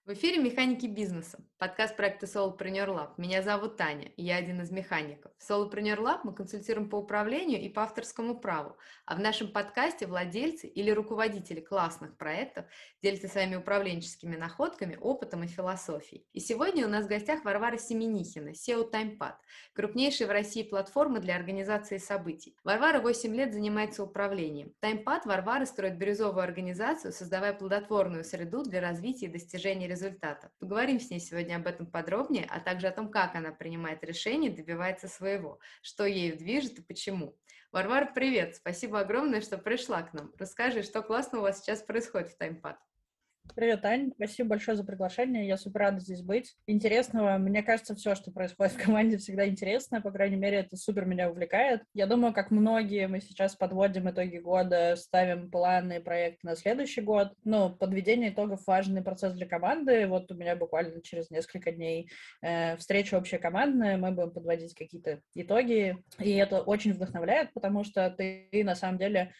В эфире «Механики бизнеса», подкаст проекта Solopreneur Lab. Меня зовут Таня, и я один из механиков. В Solopreneur Lab мы консультируем по управлению и по авторскому праву, а в нашем подкасте владельцы или руководители классных проектов делятся своими управленческими находками, опытом и философией. И сегодня у нас в гостях Варвара Семенихина, SEO TimePad, крупнейшая в России платформа для организации событий. Варвара 8 лет занимается управлением. TimePad Варвара строит бирюзовую организацию, создавая плодотворную среду для развития и достижения результатов. Поговорим с ней сегодня об этом подробнее, а также о том, как она принимает решения, добивается своего, что ею движет и почему. Варвара, привет! Спасибо огромное, что пришла к нам. Расскажи, что классно у вас сейчас происходит в TimePad. Привет, Ань. Спасибо большое за приглашение. Я супер рада здесь быть. Интересного, мне кажется, все, что происходит в команде, всегда интересно. По крайней мере, это супер меня увлекает. Я думаю, как многие, мы сейчас подводим итоги года, ставим планы и проекты на следующий год. Но подведение итогов — важный процесс для команды. Вот у меня буквально через несколько дней встреча общекомандная. Мы будем подводить какие-то итоги. И это очень вдохновляет, потому что ты на самом деле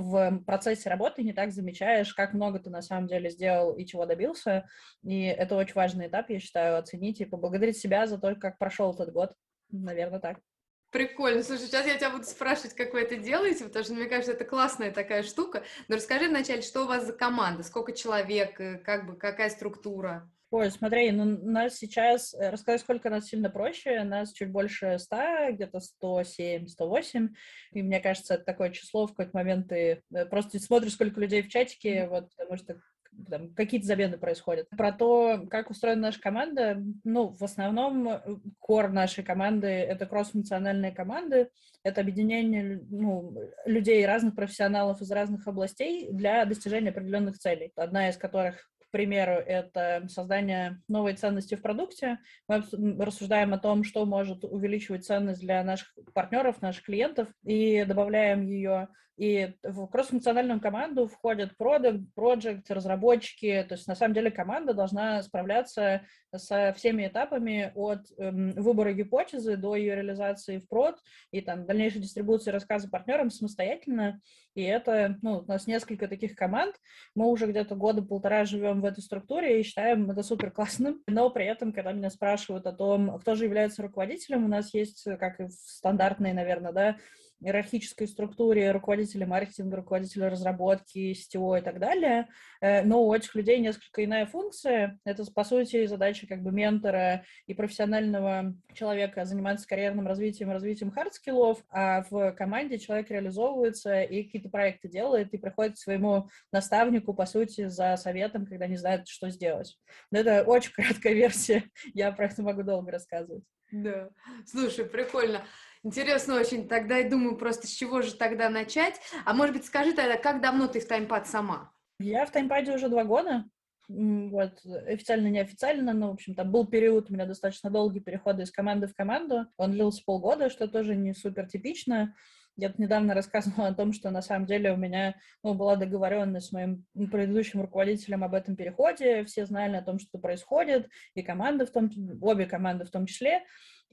в процессе работы не так замечаешь, как много ты на самом деле сделал и чего добился. И это очень важный этап, я считаю, оценить и поблагодарить себя за то, как прошел этот год. Наверное, так. Прикольно. Слушай, сейчас я тебя буду спрашивать, как вы это делаете, потому что, мне кажется, это классная такая штука. Но расскажи вначале, что у вас за команда, сколько человек, какая структура? Ой, смотри, нас сейчас, рассказать, сколько нас сильно проще, нас чуть больше 100, где-то 107, 108, и мне кажется, это такое число, в какой-то момент ты просто смотришь, сколько людей в чатике, вот, потому что там какие-то замены происходят. Про то, как устроена наша команда, в основном кор нашей команды — это кросс-функциональные команды, это объединение людей, разных профессионалов из разных областей для достижения определенных целей, одна из которых, к примеру, это создание новой ценности в продукте. Мы рассуждаем о том, что может увеличивать ценность для наших партнеров, наших клиентов, и добавляем ее. И в кроссфункциональную команду входят продакт, проект, разработчики. То есть, на самом деле, команда должна справляться со всеми этапами от выбора гипотезы до ее реализации в прод и там дальнейшей дистрибуции рассказа партнерам самостоятельно. И это, у нас несколько таких команд. Мы уже где-то года полтора живем в этой структуре и считаем это супер классным. Но при этом, когда меня спрашивают о том, кто же является руководителем, у нас есть, как и в стандартной, наверное, да, иерархической структуре руководителя маркетинга, руководителя разработки, STO и так далее. Но у этих людей несколько иная функция. Это, по сути, задача как бы ментора и профессионального человека заниматься карьерным развитием хардскиллов, а в команде человек реализовывается и какие-то проекты делает, и приходит к своему наставнику, по сути, за советом, когда не знает, что сделать. Но это очень краткая версия. Я про это могу долго рассказывать. Да. Слушай, прикольно. Интересно очень. Тогда я думаю, просто с чего же тогда начать? А может быть, скажи тогда, как давно ты в TimePad сама? Я в TimePad уже 2 года. Вот, официально, неофициально, но, в общем, там был период у меня достаточно долгий перехода из команды в команду. Он длился полгода, что тоже не супер типично. Я тут недавно рассказывала о том, что на самом деле у меня была договоренность с моим предыдущим руководителем об этом переходе. Все знали о том, что происходит, и команда обе команды в том числе.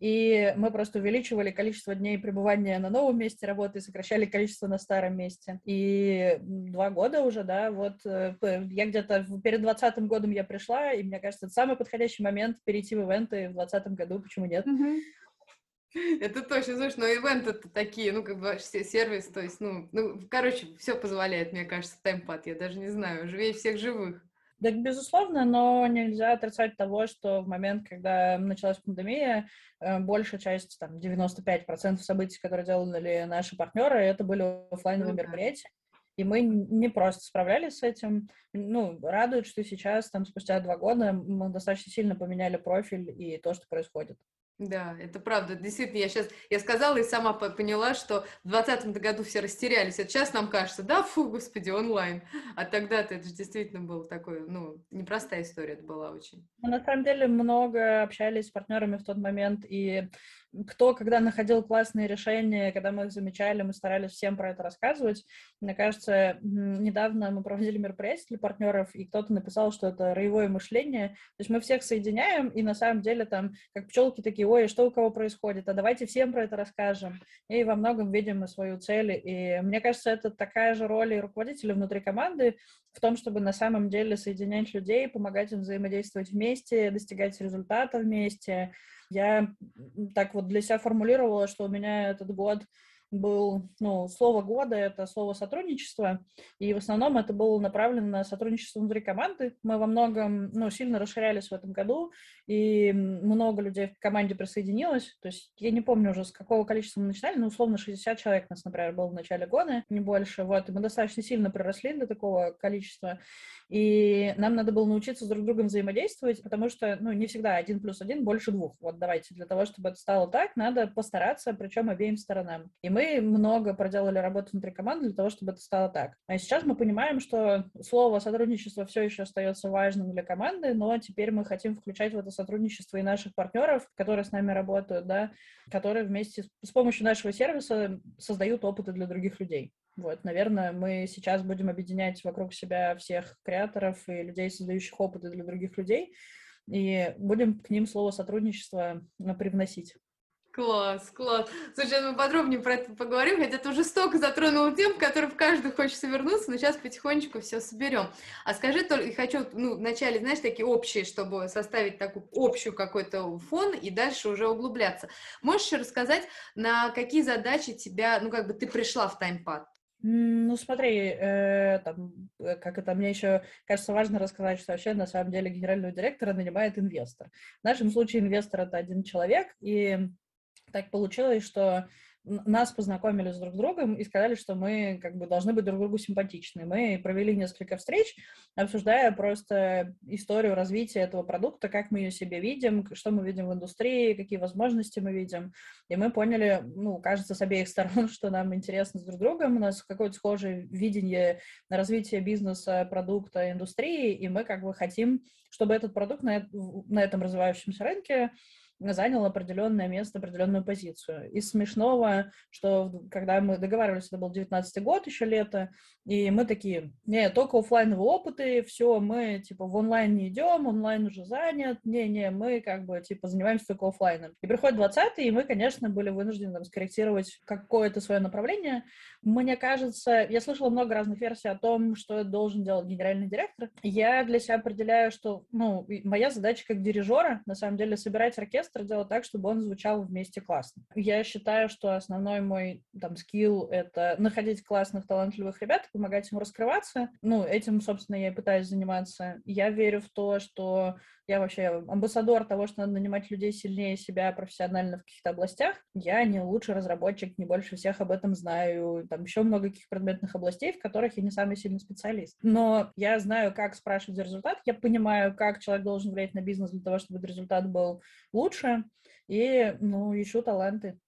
И мы просто увеличивали количество дней пребывания на новом месте работы и сокращали количество на старом месте. И 2 года уже, да, вот я где-то перед 2020 годом я пришла, и мне кажется, это самый подходящий момент перейти в ивенты в 2020 году, почему нет? Это точно, слушай, но ивенты-то такие, все сервис, то есть, короче, все позволяет, мне кажется, TimePad, я даже не знаю, живее всех живых. Да, безусловно, но нельзя отрицать того, что в момент, когда началась пандемия, большая часть, там, 95% событий, которые делали наши партнеры, это были офлайновые Ну да. мероприятия. И мы не просто справлялись с этим. Радует, что сейчас, там, спустя 2 года, мы достаточно сильно поменяли профиль и то, что происходит. Да, это правда. Действительно, я сказала и сама поняла, что в 2020 году все растерялись. А сейчас нам кажется, да, фу, господи, онлайн. А тогда-то это же действительно было такое, непростая история это была очень. Мы, на самом деле, много общались с партнерами в тот момент и кто когда находил классные решения, когда мы их замечали, мы старались всем про это рассказывать. Мне кажется, недавно мы проводили мероприятие для партнеров, и кто-то написал, что это роевое мышление. То есть мы всех соединяем, и на самом деле там, как пчелки такие, ой, что у кого происходит, а давайте всем про это расскажем. И во многом видим мы свою цель. И мне кажется, это такая же роль и руководителя внутри команды в том, чтобы на самом деле соединять людей, помогать им взаимодействовать вместе, достигать результата вместе. Я так вот для себя формулировала, что у меня этот год был, слово года — это слово сотрудничество, и в основном это было направлено на сотрудничество внутри команды. Мы во многом, сильно расширялись в этом году, и много людей в команде присоединилось. То есть я не помню уже, с какого количества мы начинали, но условно 60 человек нас, например, было в начале года, не больше. Вот, и мы достаточно сильно приросли до такого количества. И нам надо было научиться с друг другом взаимодействовать, потому что, не всегда 1+1 больше 2. Вот давайте, для того, чтобы это стало так, надо постараться, причем обеим сторонам. И мы много проделали работы внутри команды для того, чтобы это стало так. А сейчас мы понимаем, что слово сотрудничество все еще остается важным для команды, но теперь мы хотим включать в это сотрудничество и наших партнеров, которые с нами работают, да, которые вместе с помощью нашего сервиса создают опыты для других людей. Вот, наверное, мы сейчас будем объединять вокруг себя всех креаторов и людей, создающих опыты для других людей, и будем к ним слово сотрудничество привносить. Класс, класс. Слушай, мы подробнее про это поговорим, хотя ты уже столько затронула тем, в которые в каждый хочется вернуться, но сейчас потихонечку все соберем. А скажи только, хочу, вначале, знаешь, такие общие, чтобы составить такую общую какой-то фон и дальше уже углубляться. Можешь еще рассказать, на какие задачи тебя, ты пришла в таймпад? Смотри, мне еще кажется важно рассказать, что вообще на самом деле генерального директора нанимает инвестор. В нашем случае инвестор — это один человек, и так получилось, что нас познакомили с друг другом и сказали, что мы должны быть друг другу симпатичны. Мы провели несколько встреч, обсуждая просто историю развития этого продукта, как мы ее себе видим, что мы видим в индустрии, какие возможности мы видим. И мы поняли, кажется, с обеих сторон, что нам интересно с друг другом, у нас какое-то схожее видение на развитие бизнеса, продукта, индустрии, и мы хотим, чтобы этот продукт на этом развивающемся рынке занял определенное место, определенную позицию. Из смешного, что когда мы договаривались, это был 19-й год, еще лето, и мы такие, только офлайновые опыты, все, мы, в онлайн не идем, онлайн уже занят, мы, занимаемся только офлайном. И приходит 20-й, и мы, конечно, были вынуждены скорректировать какое-то свое направление. Мне кажется, я слышала много разных версий о том, что должен делать генеральный директор. Я для себя определяю, что, моя задача как дирижера, на самом деле, собирать оркестр, делать так, чтобы он звучал вместе классно. Я считаю, что основной мой скилл — это находить классных, талантливых ребят и помогать им раскрываться. Этим, собственно, я и пытаюсь заниматься. Я верю в то, что я вообще амбассадор того, что надо нанимать людей сильнее себя профессионально в каких-то областях. Я не лучший разработчик, не больше всех об этом знаю. Там еще много каких предметных областей, в которых я не самый сильный специалист. Но я знаю, как спрашивать за результат, я понимаю, как человек должен влиять на бизнес для того, чтобы результат был лучше, и, ищу таланты.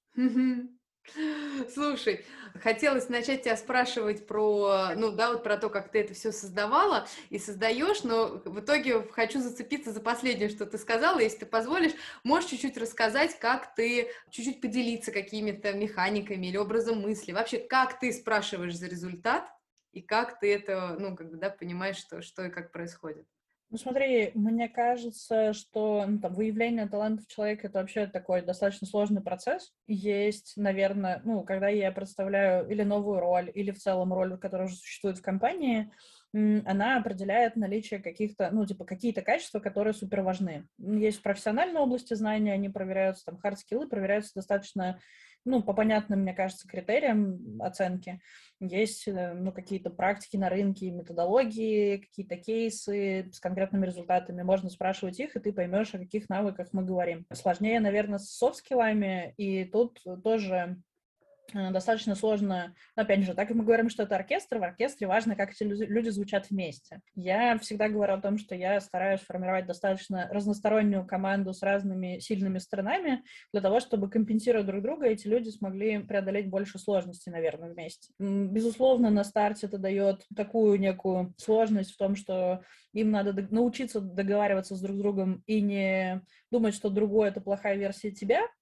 Слушай, хотелось начать тебя спрашивать про, про то, как ты это все создавала и создаешь, но в итоге хочу зацепиться за последнее, что ты сказала. Если ты позволишь, можешь чуть-чуть рассказать, как ты, чуть-чуть поделиться какими-то механиками или образом мысли. Вообще, как ты спрашиваешь за результат и как ты это, понимаешь, что и как происходит. Смотри, мне кажется, что выявление талантов человека — это вообще такой достаточно сложный процесс. Есть, наверное, когда я представляю или новую роль, или в целом роль, которая уже существует в компании, она определяет наличие каких-то, какие-то качества, которые супер важны. Есть в профессиональной области знания, они проверяются, хард-скиллы проверяются достаточно, по понятным, мне кажется, критериям оценки. Есть, какие-то практики на рынке, методологии, какие-то кейсы с конкретными результатами. Можно спрашивать их, и ты поймешь, о каких навыках мы говорим. Сложнее, наверное, с софт-скиллами, и тут тоже достаточно сложно. Но, опять же, так как мы говорим, что это оркестр, в оркестре важно, как эти люди звучат вместе. Я всегда говорю о том, что я стараюсь формировать достаточно разностороннюю команду с разными сильными сторонами для того, чтобы, компенсируя друг друга, эти люди смогли преодолеть больше сложностей, наверное, вместе. Безусловно, на старте это дает такую некую сложность в том, что им надо научиться договариваться с друг другом и не думать, что другой — это плохая версия тебя,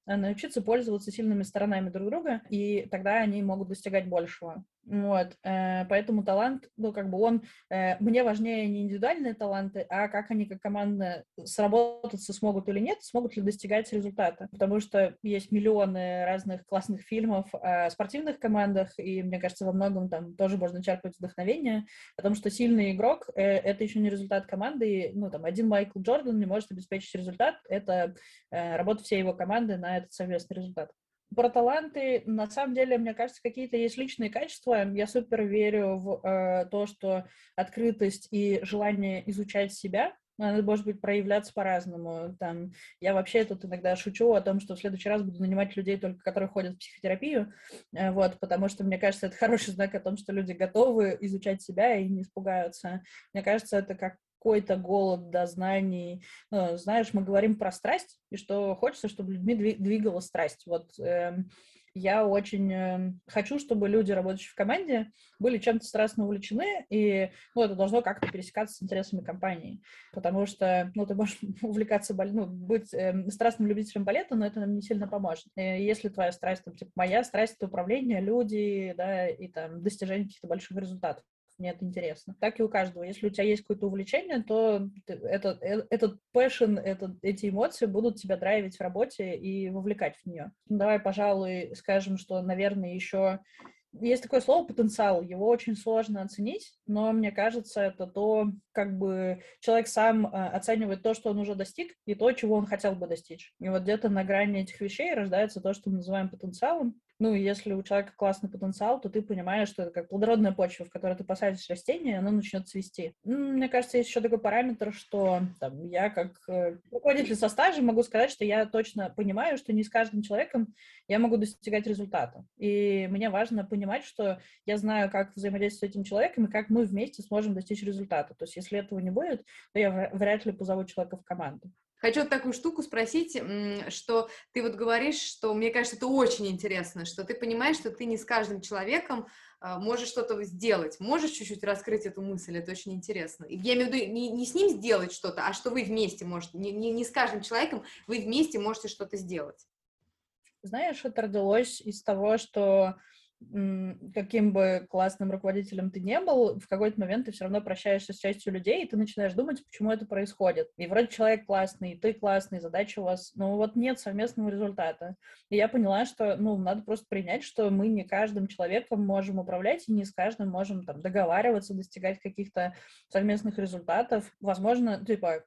научиться пользоваться сильными сторонами друг друга, и тогда они могут достигать большего. Вот, поэтому талант, ну, как бы он, мне важнее не индивидуальные таланты, а как они как команда сработаться смогут или нет, смогут ли достигать результата. Потому что есть миллионы разных классных фильмов о спортивных командах, и, мне кажется, во многом там тоже можно черпать вдохновение, потому что сильный игрок — это еще не результат команды, и, ну, там, один Майкл Джордан не может обеспечить результат, это работа всей его команды на этот совместный результат. Про таланты, на самом деле, мне кажется, какие-то есть личные качества. Я супер верю в то, что открытость и желание изучать себя, она может быть проявляться по-разному. Там, я вообще тут иногда шучу о том, что в следующий раз буду нанимать людей, только которые ходят в психотерапию, вот, потому что, мне кажется, это хороший знак о том, что люди готовы изучать себя и не испугаются. Мне кажется, это как какой-то голод до знаний. Ну, знаешь, мы говорим про страсть, и что хочется, чтобы людьми двигала страсть. Вот я очень хочу, чтобы люди, работающие в команде, были чем-то страстно увлечены, и ну, это должно как-то пересекаться с интересами компании. Потому что ну, ты можешь увлекаться, быть страстным любителем балета, но это нам не сильно поможет. И если твоя страсть, там, типа моя страсть — это управление, люди, да, и там достижение каких-то больших результатов. Мне это интересно. Так и у каждого. Если у тебя есть какое-то увлечение, то этот passion, эти эмоции будут тебя драйвить в работе и вовлекать в нее. Давай, пожалуй, скажем, что, наверное, еще есть такое слово «потенциал». Его очень сложно оценить, но мне кажется, это то, как бы человек сам оценивает то, что он уже достиг, и то, чего он хотел бы достичь. И вот где-то на грани этих вещей рождается то, что мы называем потенциалом. Ну, и если у человека классный потенциал, то ты понимаешь, что это как плодородная почва, в которой ты посадишь растение, и оно начнет цвести. Мне кажется, есть еще такой параметр, что там, я как руководитель со стажем могу сказать, что я точно понимаю, что не с каждым человеком я могу достигать результата. И мне важно понимать, что я знаю, как взаимодействовать с этим человеком, и как мы вместе сможем достичь результата. То есть если этого не будет, то я вряд ли позову человека в команду. Хочу вот такую штуку спросить, что ты вот говоришь, что, мне кажется, это очень интересно, что ты понимаешь, что ты не с каждым человеком можешь что-то сделать. Можешь чуть-чуть раскрыть эту мысль? Это очень интересно. И я имею в виду не с ним сделать что-то, а что вы вместе можете, не с каждым человеком вы вместе можете что-то сделать. Знаешь, это родилось из того, что каким бы классным руководителем ты не был, в какой-то момент ты все равно прощаешься с частью людей, и ты начинаешь думать, почему это происходит. И вроде человек классный, и ты классный, задача у вас, но вот нет совместного результата. И я поняла, что, надо просто принять, что мы не каждым человеком можем управлять, и не с каждым можем там договариваться, достигать каких-то совместных результатов. Возможно,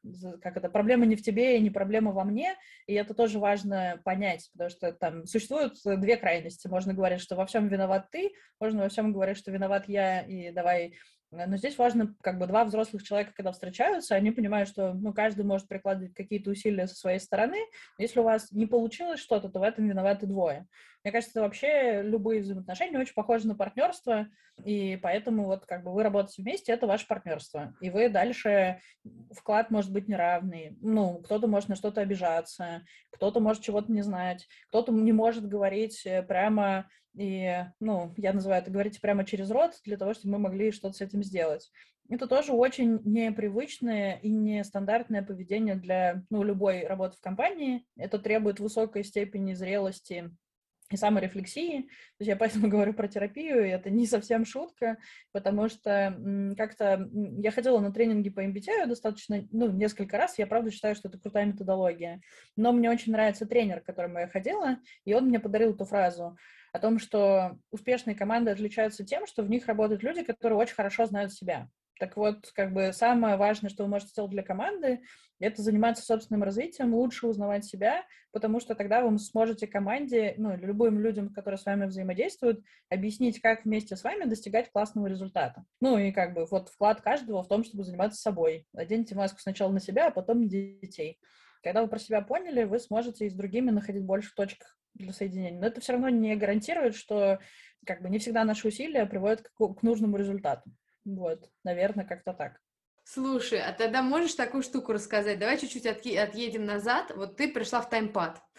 проблема не в тебе и не проблема во мне, и это тоже важно понять, потому что там существуют две крайности. Можно говорить, что во всем виноват ты, можно во всем говорить, что виноват я, и давай... Но здесь важно, два взрослых человека, когда встречаются, они понимают, что, каждый может прикладывать какие-то усилия со своей стороны. Если у вас не получилось что-то, то в этом виноваты двое. Мне кажется, это вообще любые взаимоотношения очень похожи на партнерство, и поэтому вы работаете вместе, это ваше партнерство. И вы дальше, вклад может быть неравный. Кто-то может на что-то обижаться, кто-то может чего-то не знать, кто-то не может говорить прямо, и, я называю это говорить прямо через рот, для того, чтобы мы могли что-то с этим сделать. Это тоже очень непривычное и нестандартное поведение для любой работы в компании. Это требует высокой степени зрелости и саморефлексии. То есть я поэтому говорю про терапию, и это не совсем шутка, потому что как-то я ходила на тренинги по MBTI достаточно, несколько раз, я правда считаю, что это крутая методология. Но мне очень нравится тренер, к которому я ходила, и он мне подарил эту фразу о том, что успешные команды отличаются тем, что в них работают люди, которые очень хорошо знают себя. Так вот, самое важное, что вы можете сделать для команды, это заниматься собственным развитием, лучше узнавать себя, потому что тогда вы сможете команде, или любым людям, которые с вами взаимодействуют, объяснить, как вместе с вами достигать классного результата. И вклад каждого в том, чтобы заниматься собой. Оденьте маску сначала на себя, а потом на детей. Когда вы про себя поняли, вы сможете и с другими находить больше точек для соединения. Но это все равно не гарантирует, что не всегда наши усилия приводят к нужному результату. Вот, наверное, как-то так. Слушай, а тогда можешь такую штуку рассказать? Давай чуть-чуть отъедем назад. Вот ты пришла в таймпад.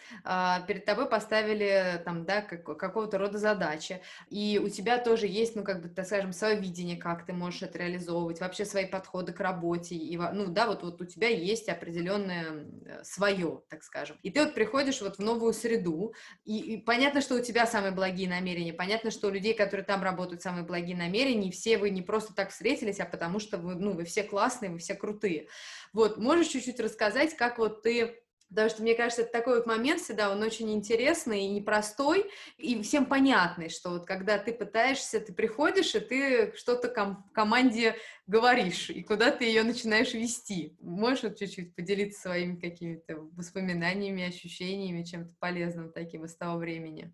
перед тобой поставили там, да, какого-то рода задачи, и у тебя тоже есть, ну, как бы, так скажем, свое видение, как ты можешь это реализовывать, вообще свои подходы к работе, и, ну, да, вот у тебя есть определенное свое, так скажем. И ты вот приходишь вот в новую среду, и понятно, что у тебя самые благие намерения, понятно, что у людей, которые там работают, самые благие намерения, и все вы не просто так встретились, а потому что вы, ну, вы все классные, вы все крутые. Вот, можешь чуть-чуть рассказать, как вот ты. Потому что, мне кажется, это такой вот момент всегда, он очень интересный и непростой, и всем понятный, что вот когда ты пытаешься, ты приходишь, и ты что-то команде говоришь, и куда ты ее начинаешь вести. Можешь вот чуть-чуть поделиться своими какими-то воспоминаниями, ощущениями, чем-то полезным таким из того времени?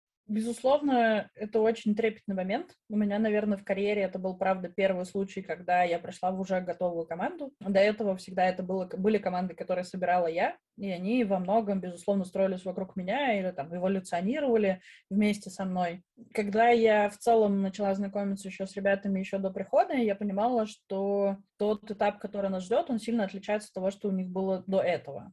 Безусловно, это очень трепетный момент. У меня, наверное, в карьере это был, правда, первый случай, когда я пришла в уже готовую команду. До этого всегда это были команды, которые собирала я, и они во многом, безусловно, строились вокруг меня или там эволюционировали вместе со мной. Когда я в целом начала знакомиться еще с ребятами еще до прихода, я понимала, что тот этап, который нас ждет, он сильно отличается от того, что у них было до этого.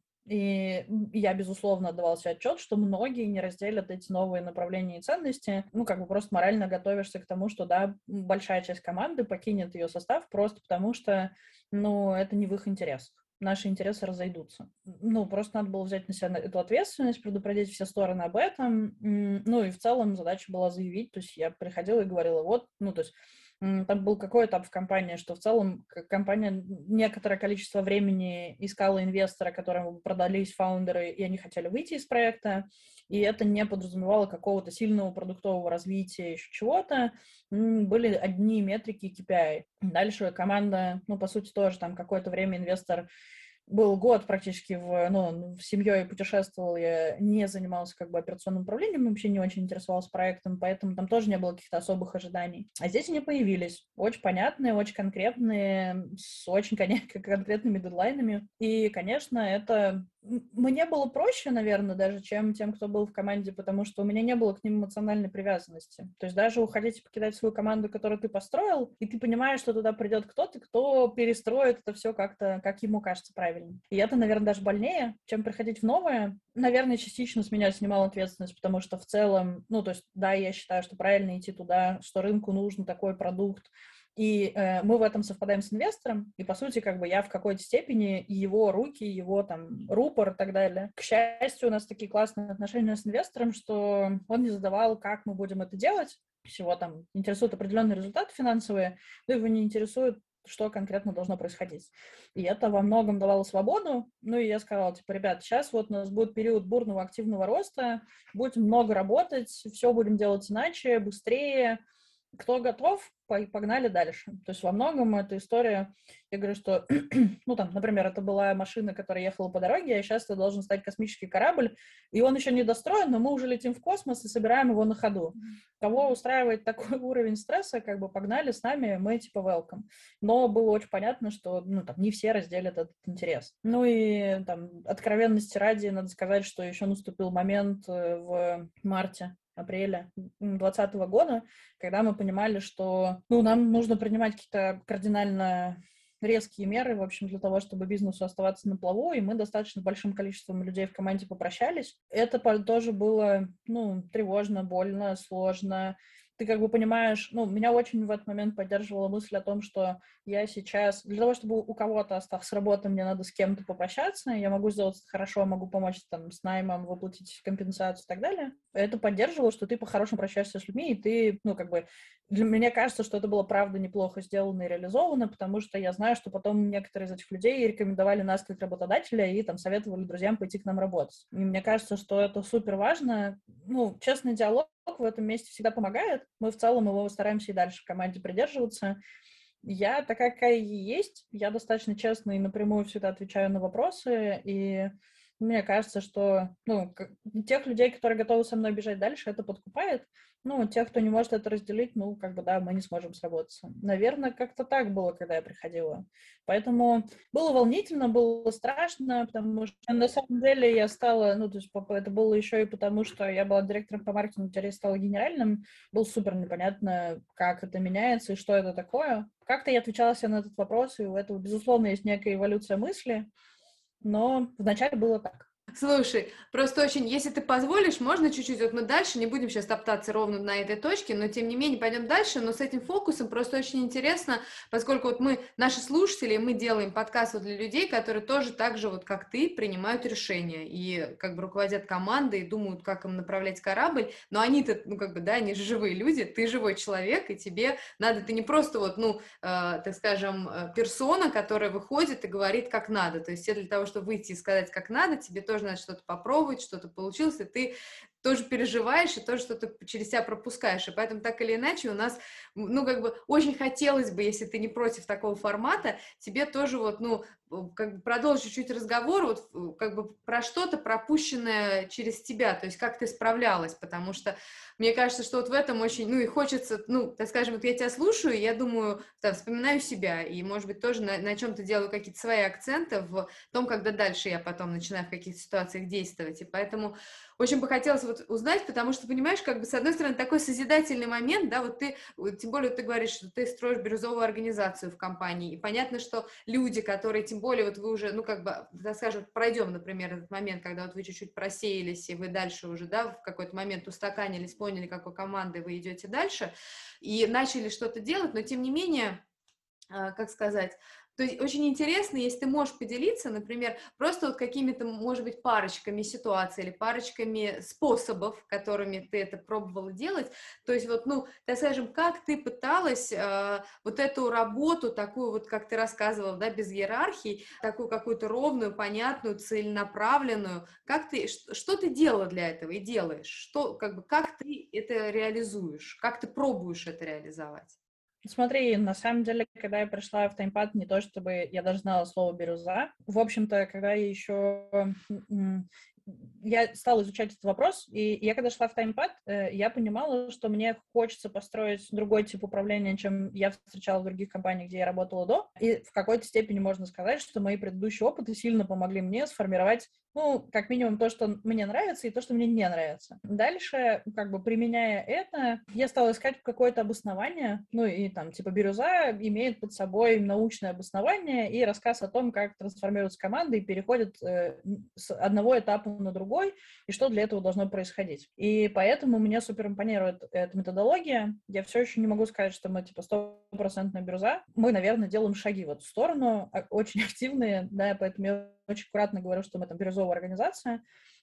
И я, безусловно, отдавала себе отчет, что многие не разделят эти новые направления и ценности. Ну, как бы просто морально готовишься к тому, что, да, большая часть команды покинет ее состав просто потому, что, ну, это не в их интересах. Наши интересы разойдутся. Ну, просто надо было взять на себя эту ответственность, предупредить все стороны об этом. Ну, и в целом задача была заявить. То есть я приходила и говорила, вот, ну, то есть там был какой этап в компании, что в целом компания некоторое количество времени искала инвестора, которому продались фаундеры, и они хотели выйти из проекта, и это не подразумевало какого-то сильного продуктового развития, еще чего-то. Были одни метрики KPI. Дальше команда, ну, по сути, тоже там какое-то время инвестор был год практически в семьей путешествовал, я не занималась как бы операционным управлением, вообще не очень интересовалась проектом, поэтому там тоже не было каких-то особых ожиданий. А здесь они появились, очень понятные, очень конкретные, с очень конкретными дедлайнами. И, конечно, это мне было проще, наверное, даже, чем тем, кто был в команде, потому что у меня не было к ним эмоциональной привязанности. То есть даже уходить и покидать свою команду, которую ты построил, и ты понимаешь, что туда придет кто-то, кто перестроит это все как-то, как ему кажется правильно. И это, наверное, даже больнее, чем приходить в новое. Наверное, частично с меня снимала ответственность, потому что в целом, ну, то есть, да, я считаю, что правильно идти туда, что рынку нужен такой продукт, и мы в этом совпадаем с инвестором, и, по сути, как бы я в какой-то степени его руки, его там рупор и так далее. К счастью, у нас такие классные отношения с инвестором, что он не задавал, как мы будем это делать. Всего там интересуют определенные результаты финансовые, но его не интересует, что конкретно должно происходить. И это во многом давало свободу. Ну, и я сказала, типа, ребят, сейчас вот у нас будет период бурного активного роста, будем много работать, все будем делать иначе, быстрее. Кто готов, погнали дальше. То есть во многом эта история, я говорю, что, ну там, например, это была машина, которая ехала по дороге, а сейчас это должен стать космический корабль, и он еще не достроен, но мы уже летим в космос и собираем его на ходу. Кого устраивает такой уровень стресса, как бы погнали с нами, мы типа welcome. Но было очень понятно, что, ну, там, не все разделят этот интерес. Ну и там, откровенности ради, надо сказать, что еще наступил момент в апреля 2020 года, когда мы понимали, что нам нужно принимать какие-то кардинально резкие меры, в общем, для того, чтобы бизнесу оставаться на плаву, и мы достаточно большим количеством людей в команде попрощались. Это тоже было, тревожно, больно, сложно. Ты как бы понимаешь, меня очень в этот момент поддерживала мысль о том, что я сейчас, для того, чтобы у кого-то осталось с работы, мне надо с кем-то попрощаться, я могу сделать это хорошо, могу помочь там с наймом, выплатить компенсацию и так далее. Это поддерживало, что ты по-хорошему прощаешься с людьми, и ты, для меня кажется, что это было, правда, неплохо сделано и реализовано, потому что я знаю, что потом некоторые из этих людей рекомендовали нас как работодателя и там советовали друзьям пойти к нам работать. И мне кажется, что это супер важно. Честный диалог в этом месте всегда помогает. Мы в целом его стараемся и дальше в команде придерживаться. Я такая, какая и есть. Я достаточно честно и напрямую всегда отвечаю на вопросы, и мне кажется, что тех людей, которые готовы со мной бежать дальше, это подкупает. Тех, кто не может это разделить, мы не сможем сработаться. Наверное, как-то так было, когда я приходила. Поэтому было волнительно, было страшно, потому что на самом деле я стала, это было еще и потому, что я была директором по маркетингу, теперь я стала генеральным. Было супер непонятно, как это меняется и что это такое. Как-то я отвечала себе на этот вопрос, и у этого, безусловно, есть некая эволюция мысли, но вначале было так. Слушай, просто очень, если ты позволишь, можно чуть-чуть, вот мы дальше не будем сейчас топтаться ровно на этой точке, но тем не менее пойдем дальше, но с этим фокусом просто очень интересно, поскольку вот мы, наши слушатели, мы делаем подкаст вот для людей, которые тоже так же вот как ты принимают решения и как бы руководят командой и думают, как им направлять корабль, но они-то, ну как бы, да, они же живые люди, ты живой человек, и тебе надо, ты не просто вот, ну, так скажем, персона, которая выходит и говорит, как надо, то есть тебе для того, чтобы выйти и сказать, как надо, тебе тоже надо что-то попробовать, что-то получилось, и ты тоже переживаешь и тоже что-то через себя пропускаешь, и поэтому так или иначе у нас, ну, как бы, очень хотелось бы, если ты не против такого формата, тебе тоже вот, ну, как бы продолжить чуть-чуть разговор, вот, как бы, про что-то пропущенное через тебя, то есть как ты справлялась, потому что мне кажется, что вот в этом очень, ну, и хочется, ну, так скажем, вот я тебя слушаю, и я думаю, там, вспоминаю себя, и, может быть, тоже на чем-то делаю какие-то свои акценты в том, когда дальше я потом начинаю в каких-то ситуациях действовать, и поэтому очень бы хотелось вот узнать, потому что, понимаешь, как бы, с одной стороны, такой созидательный момент, да, вот ты, тем более ты говоришь, что ты строишь бирюзовую организацию в компании, и понятно, что люди, которые, тем более, вот вы уже, ну, как бы, так скажем, пройдем, например, этот момент, когда вот вы чуть-чуть просеялись, и вы дальше уже, да, в какой-то момент устаканились, поняли, какой командой вы идете дальше, и начали что-то делать, но, тем не менее, как сказать, то есть очень интересно, если ты можешь поделиться, например, просто вот какими-то, может быть, парочками ситуаций или парочками способов, которыми ты это пробовала делать, то есть вот, ну, так скажем, как ты пыталась вот эту работу, такую вот, как ты рассказывала, да, без иерархии, такую какую-то ровную, понятную, целенаправленную, как ты, что ты делала для этого и делаешь, что, как бы, как ты это реализуешь, как ты пробуешь это реализовать? Смотри, на самом деле, когда я пришла в таймпад, не то чтобы я даже знала слово «бирюза». В общем-то, когда я еще я стала изучать этот вопрос, и я когда шла в таймпад, я понимала, что мне хочется построить другой тип управления, чем я встречала в других компаниях, где я работала до. И в какой-то степени можно сказать, что мои предыдущие опыты сильно помогли мне сформировать, ну, как минимум, то, что мне нравится, и то, что мне не нравится. Дальше, как бы применяя это, я стала искать какое-то обоснование, ну, и там, типа, бирюза имеет под собой научное обоснование и рассказ о том, как трансформируются команды и переходят с одного этапа на другой, и что для этого должно происходить. И поэтому мне супер импонирует эта методология. Я все еще не могу сказать, что мы, типа, 100% бирюза. Мы, наверное, делаем шаги в эту сторону, очень активные, да, поэтому я очень аккуратно говорю, что мы там бирюзовая организация.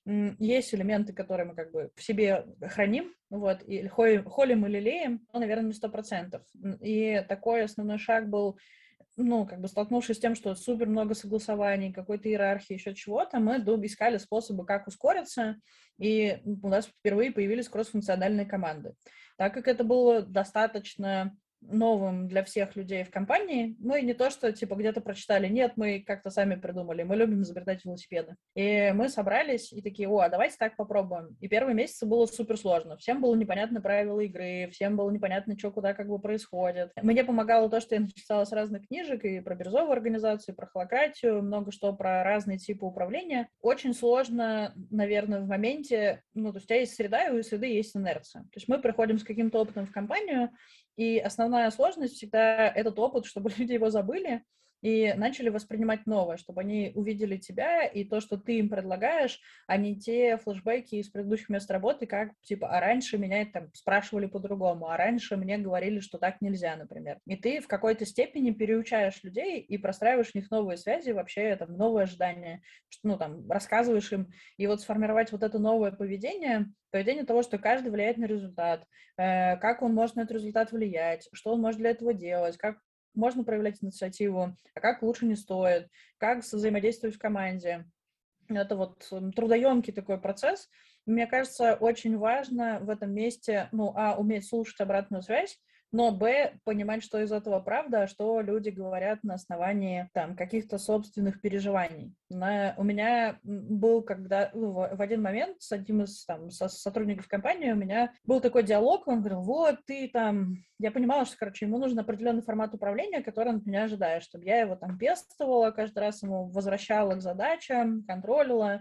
Есть элементы, которые мы как бы в себе храним, вот, и холим или лелеем, но, наверное, не 100%. И такой основной шаг был, ну, как бы столкнувшись с тем, что супер много согласований, какой-то иерархии, еще чего-то, мы искали способы, как ускориться, и у нас впервые появились кросс-функциональные команды. Так как это было достаточно новым для всех людей в компании, мы не то что, типа, где-то прочитали, нет, мы как-то сами придумали, мы любим изобретать велосипеды. И мы собрались и такие, о, а давайте так попробуем. И первые месяцы было супер сложно. Всем было непонятно правила игры, всем было непонятно, что куда как бы происходит. Мне помогало то, что я начитала с разных книжек и про бирюзовую организацию, и про холакратию, много что про разные типы управления. Очень сложно, наверное, в моменте, ну, то есть у тебя есть среда, и у среды есть инерция. То есть мы приходим с каким-то опытом в компанию, и основная сложность всегда этот опыт, чтобы люди его забыли и начали воспринимать новое, чтобы они увидели тебя и то, что ты им предлагаешь, а не те флешбеки из предыдущих мест работы, как, типа, а раньше меня там спрашивали по-другому, а раньше мне говорили, что так нельзя, например. И ты в какой-то степени переучаешь людей и простраиваешь в них новые связи, вообще, там, новые ожидания, ну, там, рассказываешь им. И вот сформировать вот это новое поведение того, что каждый влияет на результат, как он может на этот результат влиять, что он может для этого делать, как можно проявлять инициативу, а как лучше не стоит, как взаимодействовать в команде. Это вот трудоемкий такой процесс. Мне кажется, очень важно в этом месте, ну, уметь слушать обратную связь, но, понимать, что из этого правда, а что люди говорят на основании там каких-то собственных переживаний. У меня был, когда в один момент с одним из там сотрудников компании у меня был такой диалог, он говорил, вот ты там, я понимала, что, короче, ему нужен определенный формат управления, который он от меня ожидает, чтобы я его там пестовала, каждый раз ему возвращала к задачам, контролила.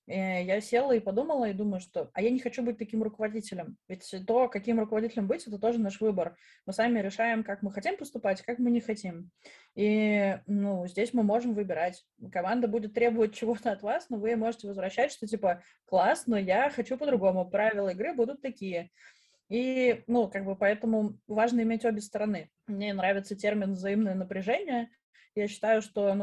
Я села и подумала, и думаю, что я не хочу быть таким руководителем. Ведь то, каким руководителем быть, это тоже наш выбор. Мы сами решаем, как мы хотим поступать, как мы не хотим. И, здесь мы можем выбирать. Команда будет требовать чего-то от вас, но вы можете возвращать, что типа, класс, но я хочу по-другому, правила игры будут такие. И, поэтому важно иметь обе стороны. Мне нравится термин «взаимное напряжение». Я считаю, что,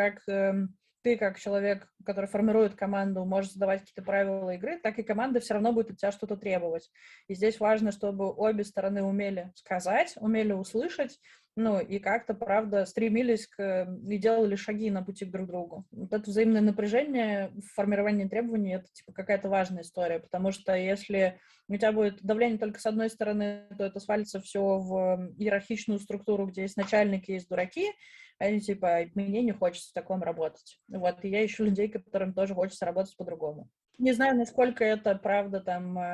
ты, как человек, который формирует команду, можешь задавать какие-то правила игры, так и команда все равно будет от тебя что-то требовать. И здесь важно, чтобы обе стороны умели сказать, умели услышать, и как-то, правда, стремились и делали шаги на пути друг к другу. Вот это взаимное напряжение в формировании требований — это, какая-то важная история, потому что если у тебя будет давление только с одной стороны, то это свалится все в иерархичную структуру, где есть начальники, есть дураки, а они мне не хочется в таком работать. Вот, и я ищу людей, которым тоже хочется работать по-другому. Не знаю, насколько это, правда,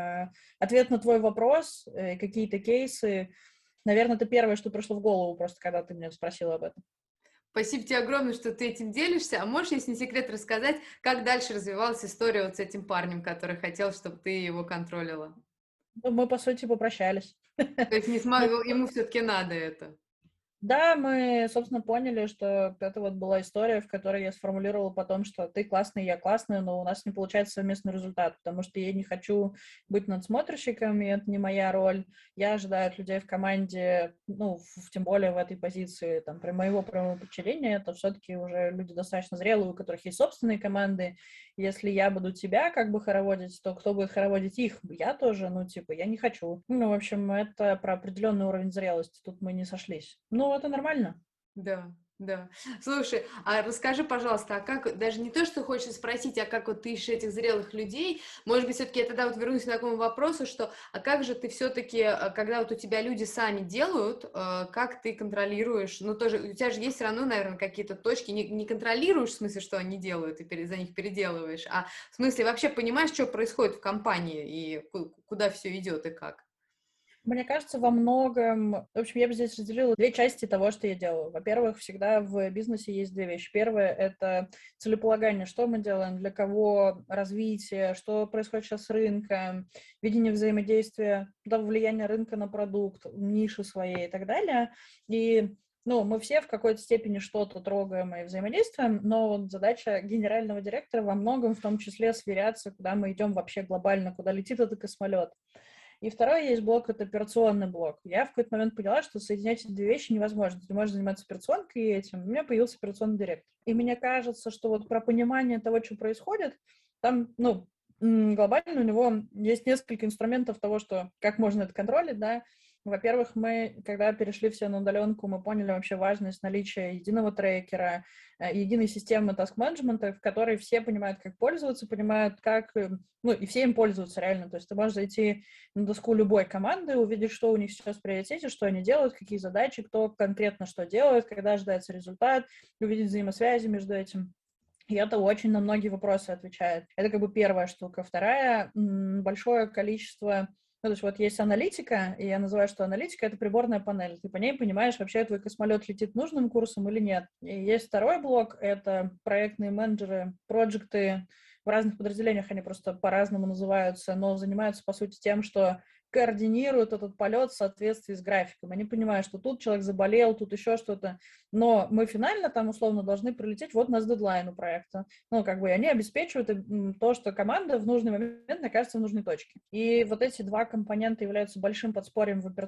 ответ на твой вопрос, какие-то кейсы. Наверное, это первое, что пришло в голову, просто когда ты меня спросила об этом. Спасибо тебе огромное, что ты этим делишься. А можешь, если не секрет, рассказать, как дальше развивалась история вот с этим парнем, который хотел, чтобы ты его контролила? Мы, по сути, попрощались. То есть ему все-таки надо это. Да, мы, собственно, поняли, что это вот была история, в которой я сформулировала потом, что ты классный, я классная, но у нас не получается совместный результат, потому что я не хочу быть надсмотрщиком, и это не моя роль. Я ожидаю от людей в команде, тем более в этой позиции, при моего прямого подчинения, это все-таки уже люди достаточно зрелые, у которых есть собственные команды. Если я буду тебя хороводить, то кто будет хороводить их? Я тоже, я не хочу. В общем, это про определенный уровень зрелости. Тут мы не сошлись. Это нормально. Да, да. Слушай, а расскажи, пожалуйста, а как, даже не то, что хочешь спросить, а как вот ты ищешь этих зрелых людей, может быть, все-таки я тогда вот вернусь к такому вопросу, что, а как же ты все-таки, когда вот у тебя люди сами делают, как ты контролируешь, тоже, у тебя же есть все равно, наверное, какие-то точки, не контролируешь, в смысле, что они делают, и за них переделываешь, а в смысле вообще понимаешь, что происходит в компании, и куда все идет, и как? Мне кажется, во многом... В общем, я бы здесь разделила две части того, что я делаю. Во-первых, всегда в бизнесе есть две вещи. Первое — это целеполагание, что мы делаем, для кого, развитие, что происходит сейчас с рынком, видение взаимодействия, влияние рынка на продукт, ниши своей и так далее. И мы все в какой-то степени что-то трогаем и взаимодействуем, но вот задача генерального директора во многом в том числе сверяться, куда мы идем вообще глобально, куда летит этот космолет. И второй есть блок — это операционный блок. Я в какой-то момент поняла, что соединять эти две вещи невозможно. Ты можешь заниматься операционкой и этим. У меня появился операционный директор. И мне кажется, что вот про понимание того, что происходит, там, глобально у него есть несколько инструментов того, что как можно это контролить, да. Во-первых, мы, когда перешли все на удаленку, мы поняли вообще важность наличия единого трекера, единой системы таск-менеджмента, в которой все понимают, как пользоваться, понимают, как... и все им пользуются реально. То есть ты можешь зайти на доску любой команды, увидеть, что у них сейчас в приоритете, что они делают, какие задачи, кто конкретно что делает, когда ожидается результат, увидеть взаимосвязи между этим. И это очень на многие вопросы отвечает. Это первая штука. Вторая — большое количество... то есть вот есть аналитика, и я называю, что аналитика — это приборная панель. Ты по ней понимаешь, вообще твой космолет летит нужным курсом или нет. И есть второй блок — это проектные менеджеры, проекты. В разных подразделениях они просто по-разному называются, но занимаются, по сути, тем, что координируют этот полет в соответствии с графиком. Они понимают, что тут человек заболел, тут еще что-то, но мы финально там условно должны прилететь, вот у нас дедлайн у проекта. И они обеспечивают то, что команда в нужный момент окажется в нужной точке. И вот эти два компонента являются большим подспорьем в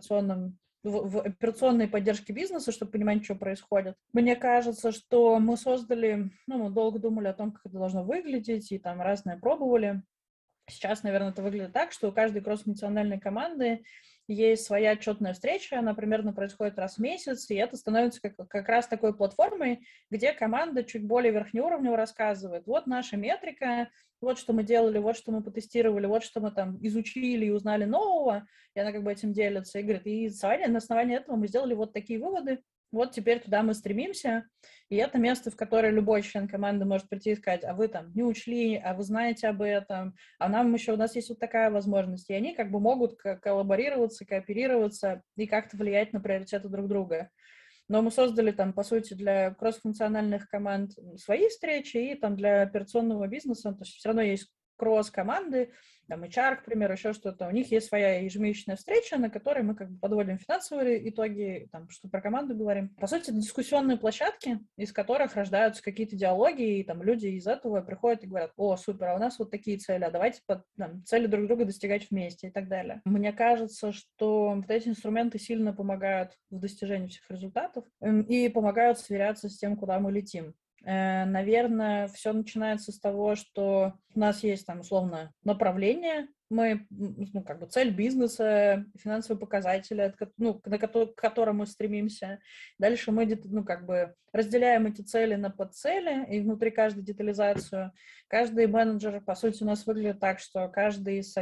операционной поддержке бизнеса, чтобы понимать, что происходит. Мне кажется, что мы создали, мы долго думали о том, как это должно выглядеть, и там разное пробовали. Сейчас, наверное, это выглядит так, что у каждой кросс-функциональной команды есть своя отчетная встреча, она примерно происходит раз в месяц, и это становится как раз такой платформой, где команда чуть более верхнеуровнево рассказывает: вот наша метрика, вот что мы делали, вот что мы потестировали, вот что мы там изучили и узнали нового, и она этим делится, и говорит, и на основании этого мы сделали вот такие выводы, вот теперь туда мы стремимся, и это место, в которое любой член команды может прийти и сказать: а вы там не учли, а вы знаете об этом, а у нас есть вот такая возможность. И они могут коллаборироваться, кооперироваться и как-то влиять на приоритеты друг друга. но мы создали там, по сути, для кроссфункциональных команд свои встречи и там для операционного бизнеса, то есть все равно есть кросс-команды, там HR, к примеру, еще что-то, у них есть своя ежемесячная встреча, на которой мы как бы подводим финансовые итоги, там, что про команду говорим. По сути, это дискуссионные площадки, из которых рождаются какие-то диалоги, и там люди из этого приходят и говорят: о, супер, а у нас вот такие цели, а давайте цели друг друга достигать вместе и так далее. Мне кажется, что вот эти инструменты сильно помогают в достижении всех результатов и помогают сверяться с тем, куда мы летим. Наверное, все начинается с того, что у нас есть там условно направление, мы, ну, как бы цель бизнеса, финансовые показатели, к которым мы стремимся. Дальше мы, ну, как бы разделяем эти цели на подцели и внутри каждой детализацию. Каждый менеджер, по сути, у нас выглядит так, что каждый из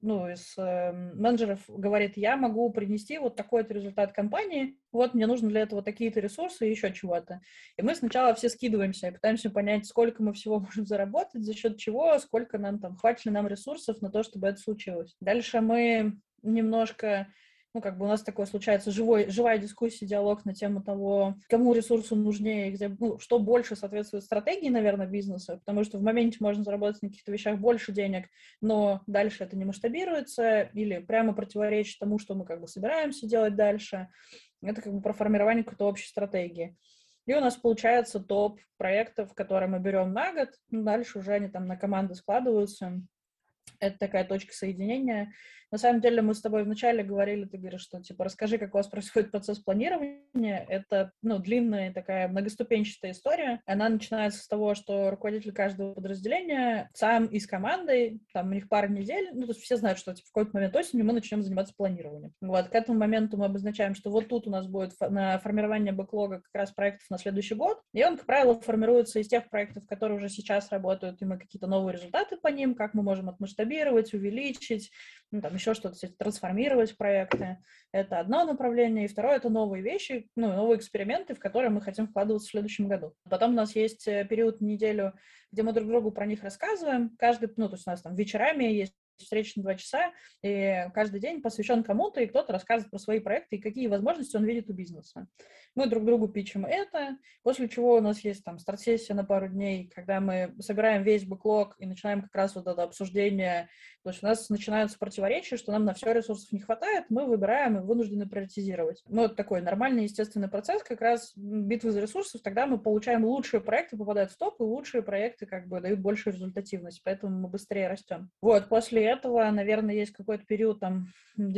менеджеров говорит: я могу принести вот такой-то результат компании, вот мне нужно для этого такие-то ресурсы и еще чего-то. И мы сначала все скидываемся и пытаемся понять, сколько мы всего можем заработать, за счет чего, сколько нам там, хватит ли нам ресурсов на то, чтобы это случилось. Дальше мы немножко, ну, как бы у нас такое случается живая дискуссия, диалог на тему того, кому ресурсы нужнее, где, ну, что больше соответствует стратегии, наверное, бизнеса, потому что в моменте можно заработать на каких-то вещах больше денег, но дальше это не масштабируется или прямо противоречит тому, что мы как бы собираемся делать дальше. Это как бы про формирование какой-то общей стратегии. И у нас получается топ проектов, которые мы берем на год. Дальше уже они там на команды складываются. Это такая точка соединения. На самом деле мы с тобой вначале говорили, ты говоришь, что типа расскажи, как у вас происходит процесс планирования. Это, ну, длинная такая многоступенчатая история. Она начинается с того, что руководитель каждого подразделения сам и с командой, там у них пара недель, ну, то есть все знают, что типа, в какой-то момент осенью мы начнем заниматься планированием. Вот, к этому моменту мы обозначаем, что вот тут у нас будет на формирование бэклога как раз проектов на следующий год, и он, как правило, формируется из тех проектов, которые уже сейчас работают, и мы какие-то новые результаты по ним, как мы можем отмасштабировать, увеличить, ну, там еще что-то, трансформировать проекты. Это одно направление. И второе — это новые вещи, ну, новые эксперименты, в которые мы хотим вкладываться в следующем году. Потом у нас есть период неделю, где мы друг другу про них рассказываем. Каждый, ну, то есть у нас там вечерами есть встреча на 2 часа, и каждый день посвящен кому-то, и кто-то рассказывает про свои проекты и какие возможности он видит у бизнеса. Мы друг другу питчим это, после чего у нас есть там старт-сессия на пару дней, когда мы собираем весь бэклог и начинаем как раз вот это обсуждение. То есть у нас начинаются противоречия, что нам на все ресурсов не хватает, мы выбираем и вынуждены приоритизировать. Ну, это такой нормальный, естественный процесс, как раз битвы за ресурсов, тогда мы получаем лучшие проекты, попадают в топ, и лучшие проекты как бы дают большую результативность, поэтому мы быстрее растем. Вот, после этого, наверное, есть какой-то период там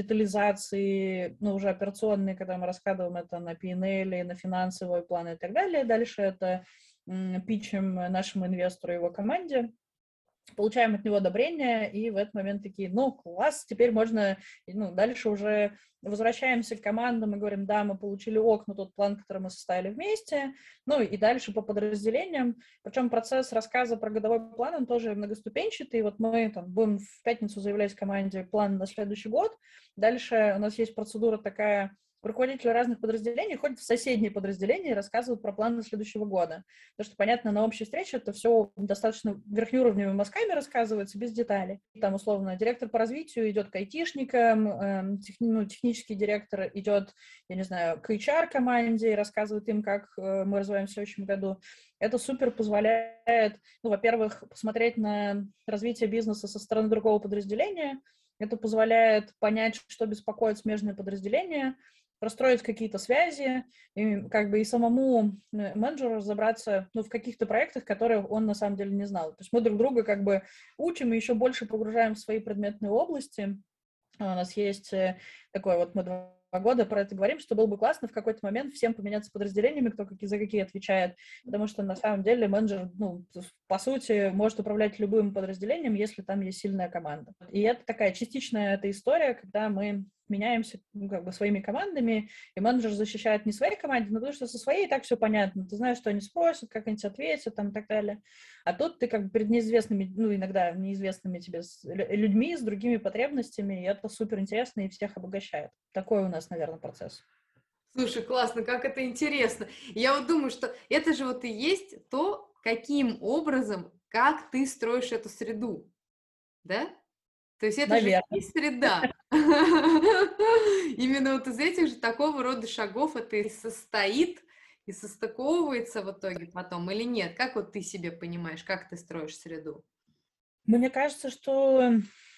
детализации, ну, уже операционный, когда мы раскладываем это на P&L, на финансовые планы и так далее. Дальше это питчем нашему инвестору и его команде, получаем от него одобрение, и в этот момент такие: ну, класс, теперь можно, ну, дальше уже возвращаемся к командам и говорим: да, мы получили ок на тот план, который мы составили вместе, ну, и дальше по подразделениям. Причем процесс рассказа про годовой план, он тоже многоступенчатый. Вот мы там будем в пятницу заявлять команде план на следующий год. Дальше у нас есть процедура такая: руководители разных подразделений ходят в соседние подразделения и рассказывают про планы следующего года. Потому что, понятно, на общей встрече это все достаточно верхнеуровневыми мазками рассказывается, без деталей. Там, условно, директор по развитию идет к айтишникам, технический директор идет, я не знаю, к HR-команде и рассказывает им, как мы развиваем в следующем году. Это супер позволяет, ну, во-первых, посмотреть на развитие бизнеса со стороны другого подразделения. Это позволяет понять, что беспокоит смежные подразделения, простроить какие-то связи, и как бы и самому менеджеру разобраться, ну, в каких-то проектах, которые он на самом деле не знал. То есть мы друг друга как бы учим и еще больше погружаем в свои предметные области. У нас есть такой вот, мы 2 года про это говорим, что было бы классно в какой-то момент всем поменяться подразделениями, кто за какие отвечает, потому что на самом деле менеджер, ну, по сути, может управлять любым подразделением, если там есть сильная команда. И это такая частичная эта история, когда мы меняемся, ну, как бы своими командами, и менеджер защищает не своей команде, но потому что со своей и так все понятно. Ты знаешь, что они спросят, как они тебе ответят, там, и так далее. А тут ты как бы перед неизвестными, ну, иногда неизвестными тебе людьми с другими потребностями, и это супер интересно и всех обогащает. Такой у нас, наверное, процесс. Слушай, классно, как это интересно. Я вот думаю, что это же вот и есть то, каким образом, как ты строишь эту среду, да? То есть это же и Наверное. среда. Именно вот из этих же такого рода шагов это и состоит, и состыковывается в итоге потом или нет? Как вот ты себе понимаешь, как ты строишь среду? Мне кажется, что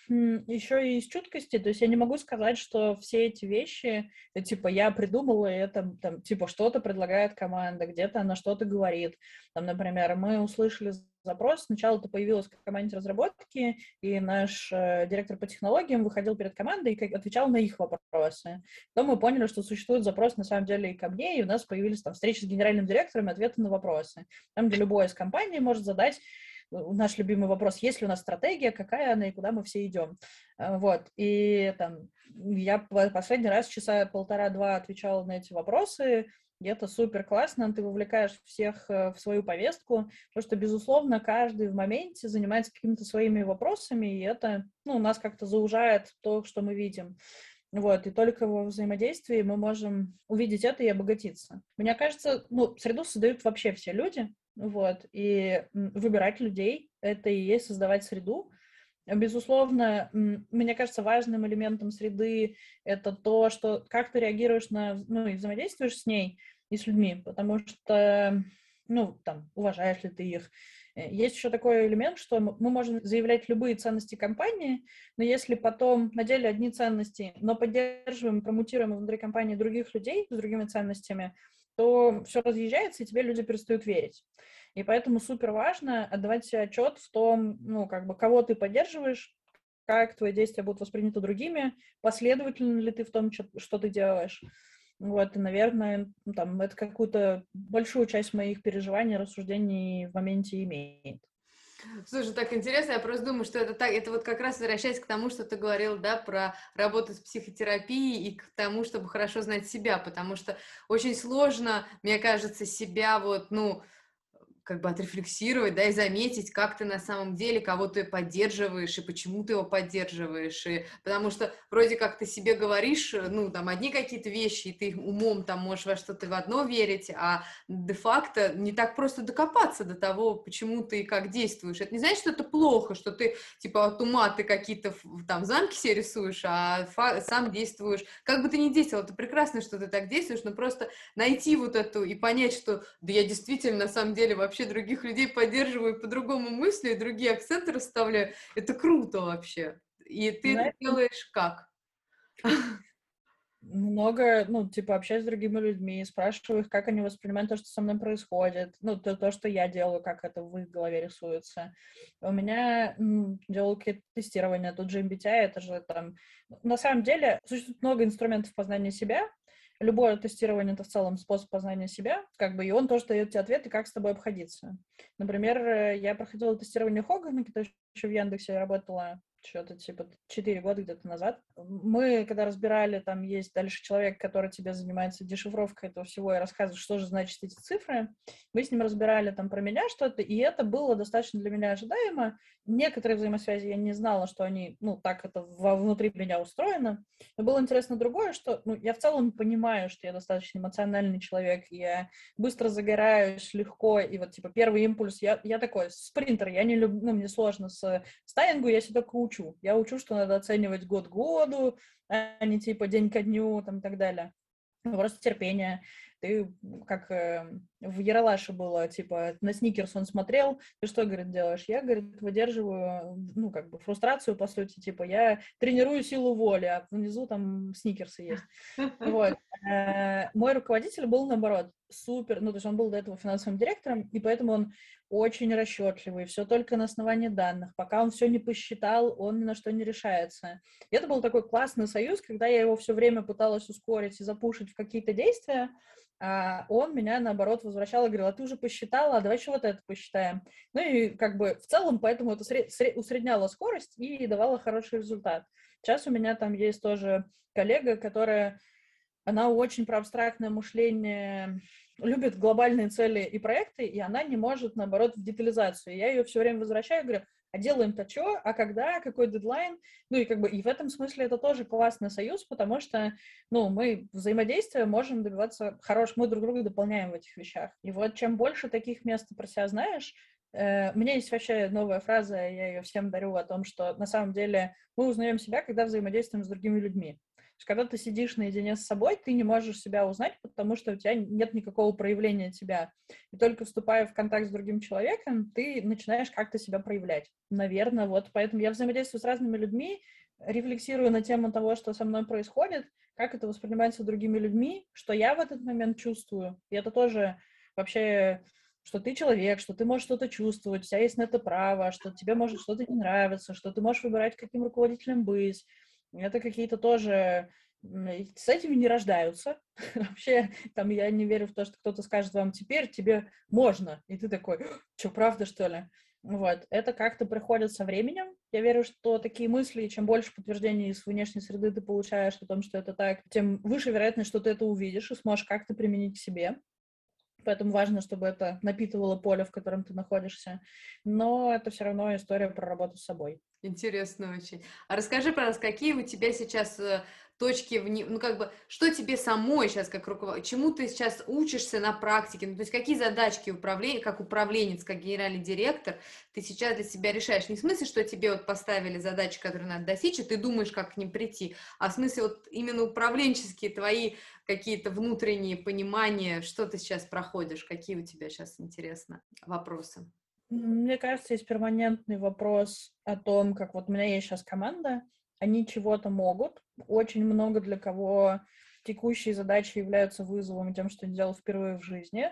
еще и из чуткости, то есть я не могу сказать, что все эти вещи, типа, я придумала, и это, там, типа, что-то предлагает команда, где-то она что-то говорит. Там, например, мы услышали запрос, сначала это появилось в команде разработки, и наш директор по технологиям выходил перед командой и отвечал на их вопросы. Потом мы поняли, что существует запрос, на самом деле, и ко мне, и у нас появились там встречи с генеральным директором и ответы на вопросы. Там, где любой из компаний может задать наш любимый вопрос, есть ли у нас стратегия, какая она и куда мы все идем. Вот. И там я последний раз часа полтора-два отвечала на эти вопросы, и это супер классно, ты вовлекаешь всех в свою повестку, потому что, безусловно, каждый в моменте занимается какими-то своими вопросами, и это, ну, нас как-то заужает то, что мы видим. Вот, и только во взаимодействии мы можем увидеть это и обогатиться. Мне кажется, ну, среду создают вообще все люди, вот, и выбирать людей — это и есть создавать среду. Безусловно, мне кажется, важным элементом среды это то, что как ты реагируешь на, ну, и взаимодействуешь с ней и с людьми, потому что, ну, там, уважаешь ли ты их. Есть еще такой элемент, что мы можем заявлять любые ценности компании, но если потом на деле одни ценности, но поддерживаем, промутируем внутри компании других людей с другими ценностями, то все разъезжается, и тебе люди перестают верить. И поэтому супер важно отдавать себе отчет в том, ну, как бы, кого ты поддерживаешь, как твои действия будут восприняты другими, последовательно ли ты в том, что ты делаешь. Вот, и, наверное, там, это какую-то большую часть моих переживаний, рассуждений в моменте имеет. Слушай, так интересно, я просто думаю, что это так, это вот как раз возвращаясь к тому, что ты говорил, да, про работу с психотерапией и к тому, чтобы хорошо знать себя, потому что очень сложно, мне кажется, себя вот, ну, как бы отрефлексировать, да, и заметить, как ты на самом деле, кого ты поддерживаешь и почему ты его поддерживаешь, и потому что вроде как ты себе говоришь, ну, там, одни какие-то вещи, и ты умом там можешь во что-то в одно верить, а де-факто не так просто докопаться до того, почему ты и как действуешь. Это не значит, что это плохо, что ты, типа, от ума ты какие-то там замки себе рисуешь, а сам действуешь. Как бы ты ни действовал, это прекрасно, что ты так действуешь, но просто найти вот эту и понять, что да я действительно на самом деле вообще других людей поддерживаю, по-другому мыслю, и другие акценты расставляю. Это круто вообще. И ты это Знаете, делаешь как? много, ну, типа, общаюсь с другими людьми, спрашиваю их, как они воспринимают то, что со мной происходит, ну, то, что я делаю, как это в их голове рисуется. У меня делаю какие-то тестирования, тут же MBTI, это же там... На самом деле, существует много инструментов познания себя. Любое тестирование — это в целом способ познания себя, как бы, и он тоже дает тебе ответы, как с тобой обходиться. Например, я проходила тестирование Хогана, когда еще в Яндексе работала, что-то типа 4 года где-то назад. Мы, когда разбирали, там есть дальше человек, который тебе занимается дешифровкой этого всего и рассказывает, что же значит эти цифры. Мы с ним разбирали там про меня что-то, и это было достаточно для меня ожидаемо. Некоторые взаимосвязи я не знала, что они, ну, так это внутри меня устроено. Но было интересно другое, что, ну, я в целом понимаю, что я достаточно эмоциональный человек, я быстро загораюсь, легко, и вот, типа, первый импульс, я такой спринтер, я не люблю, ну, мне сложно с стаингу, я себя только учу. Я учу, что надо оценивать год к году, а не, типа, день ко дню, там, и так далее. Просто терпение. Ты, как в Ералаше было, типа, на Сникерс он смотрел, ты что, говорит, делаешь? Я, говорит, выдерживаю, ну, как бы, фрустрацию, по сути, типа, я тренирую силу воли, а внизу там Сникерсы есть. Вот. Мой руководитель был, наоборот, супер, ну, то есть он был до этого финансовым директором, и поэтому он очень расчетливый, все только на основании данных. Пока он все не посчитал, он ни на что не решается. И это был такой классный союз, когда я его все время пыталась ускорить и запушить в какие-то действия, а он меня, наоборот, возвращал и говорил, а ты уже посчитала, а давай еще вот это посчитаем. Ну и как бы в целом поэтому это усредняло скорость и давало хороший результат. Сейчас у меня там есть тоже коллега, которая, она очень про абстрактное мышление, любит глобальные цели и проекты, и она не может, наоборот, в детализацию. Я ее все время возвращаю, говорю, а делаем-то что, а когда, какой дедлайн? Ну и как бы и в этом смысле это тоже классный союз, потому что, ну, мы взаимодействия можем добиваться мы друг друга дополняем в этих вещах. И вот чем больше таких мест ты про себя знаешь, У меня есть вообще новая фраза, я ее всем дарю, о том, что на самом деле мы узнаем себя, когда взаимодействуем с другими людьми. То есть, когда ты сидишь наедине с собой, ты не можешь себя узнать, потому что у тебя нет никакого проявления тебя. И только вступая в контакт с другим человеком, ты начинаешь как-то себя проявлять. Наверное, вот поэтому я взаимодействую с разными людьми, рефлексирую на тему того, что со мной происходит, как это воспринимается другими людьми, что я в этот момент чувствую. И это тоже вообще, что ты человек, что ты можешь что-то чувствовать, у тебя есть на это право, что тебе может что-то не нравиться, что ты можешь выбирать, каким руководителем быть. Это какие-то тоже... С этими не рождаются. Вообще, там, я не верю в то, что кто-то скажет вам, теперь тебе можно. И ты такой, что, правда, что ли? Вот. Это как-то приходит со временем. Я верю, что такие мысли, чем больше подтверждений из внешней среды ты получаешь о том, что это так, тем выше вероятность, что ты это увидишь и сможешь как-то применить к себе. Поэтому важно, чтобы это напитывало поле, в котором ты находишься. Но это все равно история про работу с собой. Интересно очень. А расскажи, пожалуйста, какие у тебя сейчас точки, ну, как бы, что тебе самой сейчас, как чему ты сейчас учишься на практике, ну, то есть какие задачки управления, как управленец, как генеральный директор, ты сейчас для себя решаешь? Не в смысле, что тебе вот поставили задачи, которые надо достичь, и ты думаешь, как к ним прийти, а в смысле вот именно управленческие твои какие-то внутренние понимания, что ты сейчас проходишь, какие у тебя сейчас, интересно, вопросы? Мне кажется, есть перманентный вопрос о том, как вот у меня есть сейчас команда, они чего-то могут. Очень много для кого текущие задачи являются вызовом тем, что они делают впервые в жизни.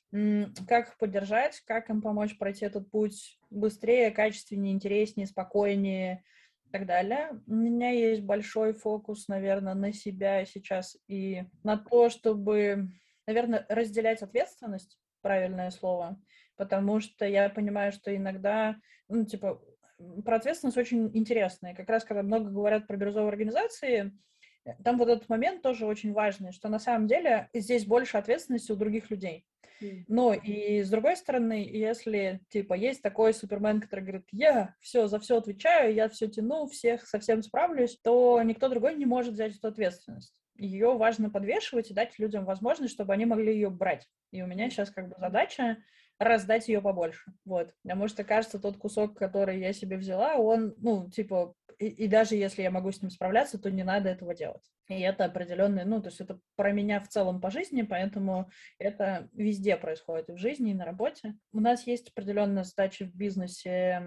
Как их поддержать, как им помочь пройти этот путь быстрее, качественнее, интереснее, спокойнее и так далее. У меня есть большой фокус, наверное, на себя сейчас и на то, чтобы, наверное, разделять ответственность, правильное слово, потому что я понимаю, что иногда, ну, типа, про ответственность очень интересно. И как раз, когда много говорят про бирюзовые организации, там вот этот момент тоже очень важный, что на самом деле здесь больше ответственности у других людей. Но и с другой стороны, если, типа, есть такой супермен, который говорит, я все, за все отвечаю, я все тяну, всех совсем справлюсь, то никто другой не может взять эту ответственность. Ее важно подвешивать и дать людям возможность, чтобы они могли ее брать. И у меня сейчас как бы задача раздать ее побольше. Вот. Потому что, кажется, тот кусок, который я себе взяла, он, ну, типа, и даже если я могу с ним справляться, то не надо этого делать. И это определенный, ну, то есть это про меня в целом по жизни, поэтому это везде происходит, и в жизни, и на работе. У нас есть определенная задача в бизнесе,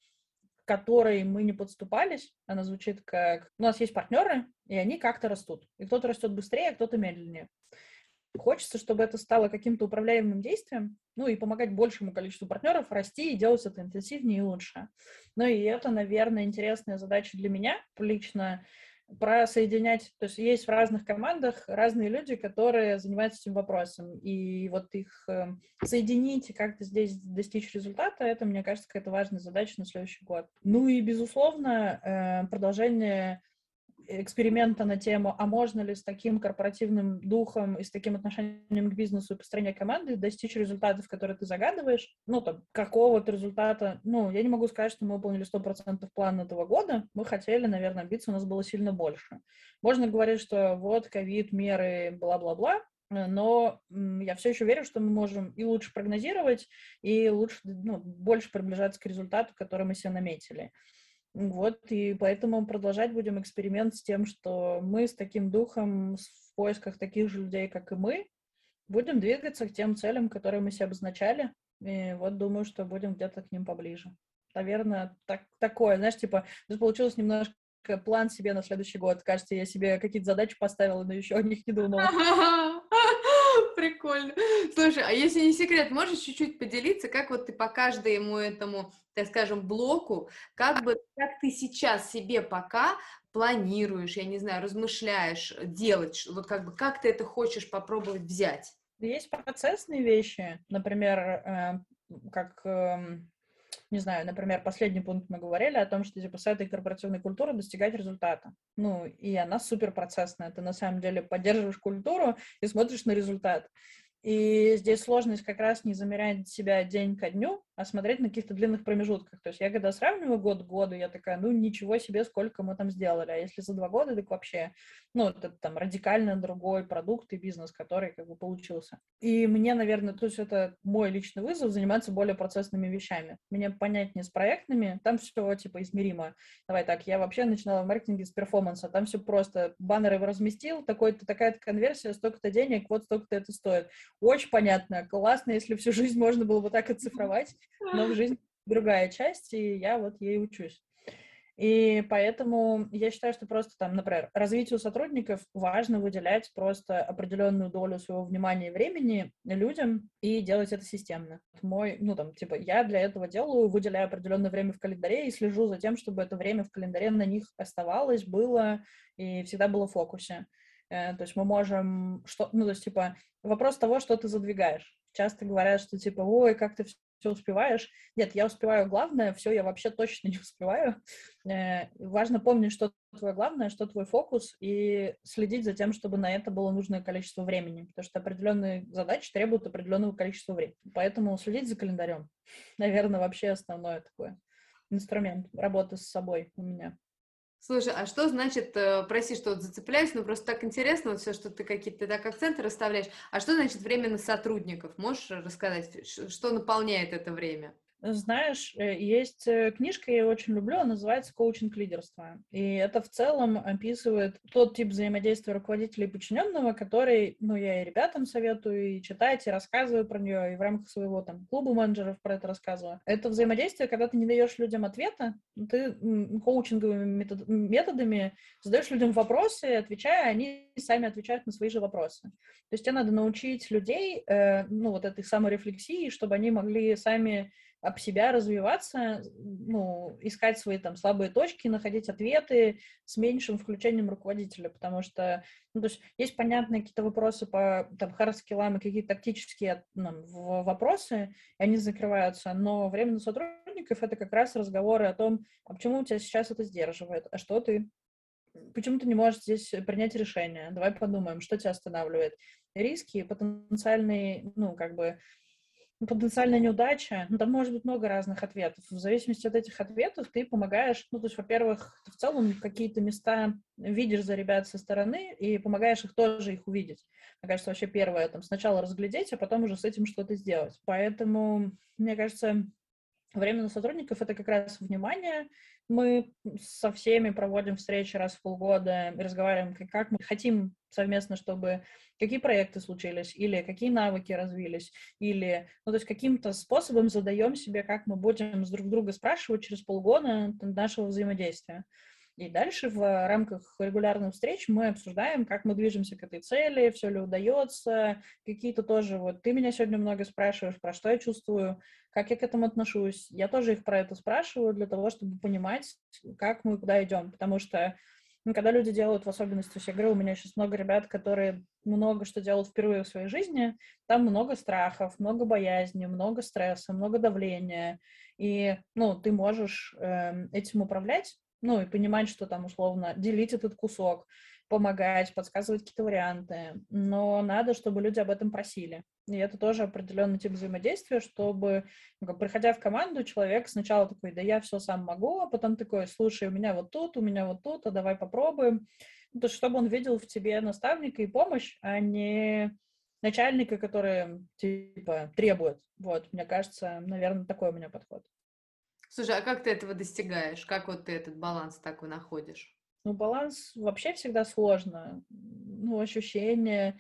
к которой мы не подступались. Она звучит как... У нас есть партнеры, и они как-то растут. И кто-то растет быстрее, а кто-то медленнее. Хочется, чтобы это стало каким-то управляемым действием, ну и помогать большему количеству партнеров расти и делать это интенсивнее и лучше. Ну и это, наверное, интересная задача для меня лично, про соединять, то есть в разных командах разные люди, которые занимаются этим вопросом, и вот их соединить и как-то здесь достичь результата, это, мне кажется, какая-то важная задача на следующий год. Ну и, безусловно, продолжение эксперимента на тему, а можно ли с таким корпоративным духом и с таким отношением к бизнесу и построение команды достичь результатов, которые ты загадываешь, ну, там, какого-то результата, ну, я не могу сказать, что мы выполнили 100% план этого года, мы хотели, наверное, амбиций у нас было сильно больше. Можно говорить, что вот, ковид, меры, бла-бла-бла, но я все еще верю, что мы можем и лучше прогнозировать, и лучше, ну, больше приближаться к результату, который мы себе наметили. Вот, и поэтому продолжать будем эксперимент с тем, что мы с таким духом, в поисках таких же людей, как и мы, будем двигаться к тем целям, которые мы себе обозначали. И вот думаю, что будем где-то к ним поближе. Наверное, такое, знаешь, типа, получилось немножко план себе на следующий год. Кажется, я себе какие-то задачи поставила, но еще о них не думала. Прикольно. Слушай, а если не секрет, можешь чуть-чуть поделиться, как вот ты по каждому этому, так скажем, блоку, как ты сейчас себе пока планируешь, я не знаю, размышляешь, делать, вот как ты это хочешь попробовать взять? Есть процессные вещи, например, как не знаю, например, последний пункт мы говорили о том, что типа с этой корпоративной культуры достигать результата. Ну, и она супер процессная. Ты на самом деле поддерживаешь культуру и смотришь на результат. И здесь сложность как раз не замерять себя день ко дню, а смотреть на каких-то длинных промежутках. То есть я когда сравниваю год к году, я такая, ну, ничего себе, сколько мы там сделали. А если за 2 года, так вообще, ну, это там радикально другой продукт и бизнес, который как бы получился. И мне, наверное, то есть это мой личный вызов заниматься более процессными вещами. Мне понятнее с проектными, там все типа измеримо. Давай так, я вообще начинала в маркетинге с перформанса, там все просто, баннеры разместил, такой-то, такая-то конверсия, столько-то денег, вот столько-то это стоит. Очень понятно, классно, если всю жизнь можно было бы так оцифровать, но в жизни другая часть, и я вот ей учусь. И поэтому я считаю, что просто там, например, развитию сотрудников важно выделять просто определенную долю своего внимания и времени людям и делать это системно. Мой, ну там, типа, я для этого делаю, выделяю определенное время в календаре и слежу за тем, чтобы это время в календаре на них оставалось, было и всегда было в фокусе. То есть мы можем, ну, то есть, типа, вопрос того, что ты задвигаешь. Часто говорят, что, типа, ой, как ты все успеваешь. Нет, я успеваю главное, все я вообще точно не успеваю. Важно помнить, что твое главное, что твой фокус, и следить за тем, чтобы на это было нужное количество времени, потому что определенные задачи требуют определенного количества времени. Поэтому следить за календарем, наверное, вообще основной такой инструмент работы с собой у меня. Слушай, а что значит, прости, что вот зацепляюсь, но просто так интересно, вот все, что ты какие-то так акценты расставляешь, а что значит время на сотрудников? Можешь рассказать, что наполняет это время? Знаешь, есть книжка, я ее очень люблю, она называется «Коучинг лидерства». И это в целом описывает тот тип взаимодействия руководителя и подчиненного, который, ну, я и ребятам советую, и читать, и рассказываю про нее, и в рамках своего там клуба менеджеров про это рассказываю. Это взаимодействие, когда ты не даешь людям ответа, ты коучинговыми методами задаешь людям вопросы, отвечая, они сами отвечают на свои же вопросы. То есть тебе надо научить людей, ну, вот этой саморефлексии, чтобы они могли сами об себя развиваться, ну, искать свои там слабые точки, находить ответы с меньшим включением руководителя, потому что, ну, то есть понятные какие-то вопросы по там хард-скиллам и какие-то тактические вопросы, и они закрываются, но временно сотрудников это как раз разговоры о том, а почему у тебя сейчас это сдерживает, а что ты, почему ты не можешь здесь принять решение, давай подумаем, что тебя останавливает. Риски, потенциальные, ну, как бы потенциальная неудача, ну, там может быть много разных ответов. В зависимости от этих ответов ты помогаешь, ну, то есть, во-первых, ты в целом какие-то места видишь за ребят со стороны и помогаешь их тоже их увидеть. Мне кажется, вообще первое, там, сначала разглядеть, а потом уже с этим что-то сделать. Поэтому, мне кажется, время на сотрудников — это как раз внимание. Мы со всеми проводим встречи раз в полгода и разговариваем, как мы хотим совместно, чтобы какие проекты случились, или какие навыки развились, или, ну, то есть каким-то способом задаем себе, как мы будем с друг друга спрашивать через полгода нашего взаимодействия. И дальше в рамках регулярных встреч мы обсуждаем, как мы движемся к этой цели, все ли удается, какие-то тоже, вот ты меня сегодня много спрашиваешь, про что я чувствую, как я к этому отношусь. Я тоже их про это спрашиваю для того, чтобы понимать, как мы куда идем, потому что ну, когда люди делают в особенности, то есть я говорю, у меня сейчас много ребят, которые много что делают впервые в своей жизни, там много страхов, много боязни, много стресса, много давления, и, ну, ты можешь этим управлять, ну, и понимать, что там, условно, делить этот кусок, помогать, подсказывать какие-то варианты, но надо, чтобы люди об этом просили. И это тоже определенный тип взаимодействия, чтобы, ну, приходя в команду, человек сначала такой, да я все сам могу, а потом такой, слушай, у меня вот тут, а давай попробуем. Ну, то есть, чтобы он видел в тебе наставника и помощь, а не начальника, который, типа, требует. Вот, мне кажется, наверное, такой у меня подход. Слушай, а как ты этого достигаешь? Как вот ты этот баланс такой находишь? Ну, баланс вообще всегда сложно. Ну, ощущение...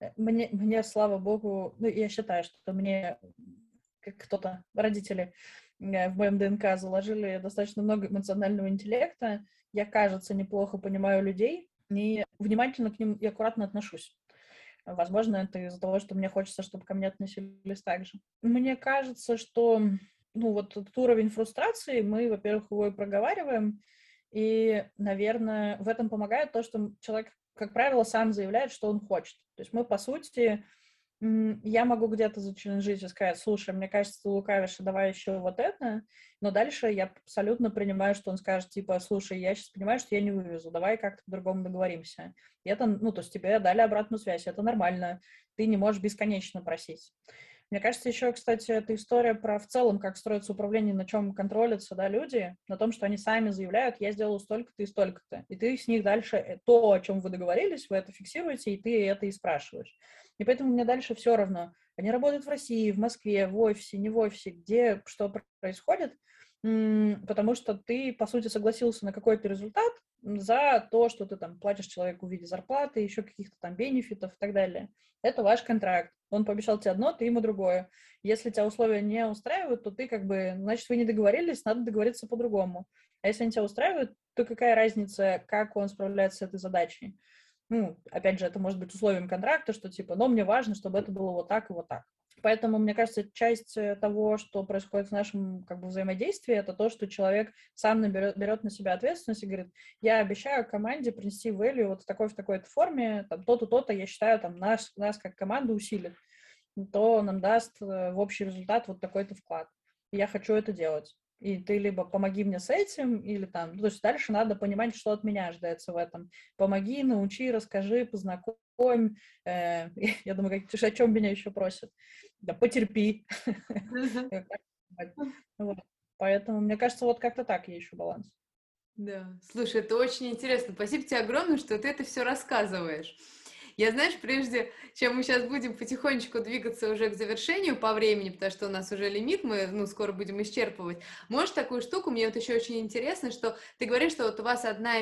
Мне, слава богу, ну, я считаю, что мне, как кто-то, родители в моем ДНК заложили достаточно много эмоционального интеллекта. Я, кажется, неплохо понимаю людей и внимательно к ним и аккуратно отношусь. Возможно, это из-за того, что мне хочется, чтобы ко мне относились так же. Мне кажется, что ну, вот этот уровень фрустрации, мы, во-первых, его и проговариваем, и, наверное, в этом помогает то, что человек, как правило, сам заявляет, что он хочет. То есть мы, по сути, я могу где-то зачелленджить и сказать, слушай, мне кажется, ты лукавишь, а давай еще вот это, но дальше я абсолютно принимаю, что он скажет, типа, слушай, я сейчас понимаю, что я не вывезу, давай как-то по-другому договоримся. И это, ну, то есть тебе дали обратную связь, это нормально, ты не можешь бесконечно просить. Мне кажется, еще, кстати, эта история про в целом, как строится управление, на чем контролятся, да, люди, на том, что они сами заявляют, я сделал столько-то и столько-то. И ты с них дальше то, о чем вы договорились, вы это фиксируете, и ты это и спрашиваешь. И поэтому мне дальше все равно. Они работают в России, в Москве, в офисе, не в офисе, где что происходит, потому что ты, по сути, согласился на какой-то результат за то, что ты там платишь человеку в виде зарплаты, еще каких-то там бенефитов и так далее. Это ваш контракт. Он пообещал тебе одно, ты ему другое. Если тебя условия не устраивают, то ты как бы, значит, вы не договорились, надо договориться по-другому. А если они тебя устраивают, то какая разница, как он справляется с этой задачей? Ну, опять же, это может быть условием контракта, что типа, но мне важно, чтобы это было вот так и вот так. Поэтому, мне кажется, часть того, что происходит в нашем как бы взаимодействии, это то, что человек сам берет на себя ответственность и говорит, я обещаю команде принести value вот в такой-то форме, там, то-то, то-то, я считаю, там, нас как команду усилит, то нам даст в общий результат вот такой-то вклад. И я хочу это делать. И ты либо помоги мне с этим, или там, то есть дальше надо понимать, что от меня ожидается в этом. Помоги, научи, расскажи, познакомь. Я думаю, о чем меня еще просят? Да, потерпи. Вот. Поэтому, мне кажется, вот как-то так я ищу баланс. Да, слушай, это очень интересно. Спасибо тебе огромное, что ты это все рассказываешь. Я, знаешь, прежде чем мы сейчас будем потихонечку двигаться уже к завершению по времени, потому что у нас уже лимит, мы, скоро будем исчерпывать. Можешь такую штуку, мне вот еще очень интересно, что ты говоришь, что вот у вас одна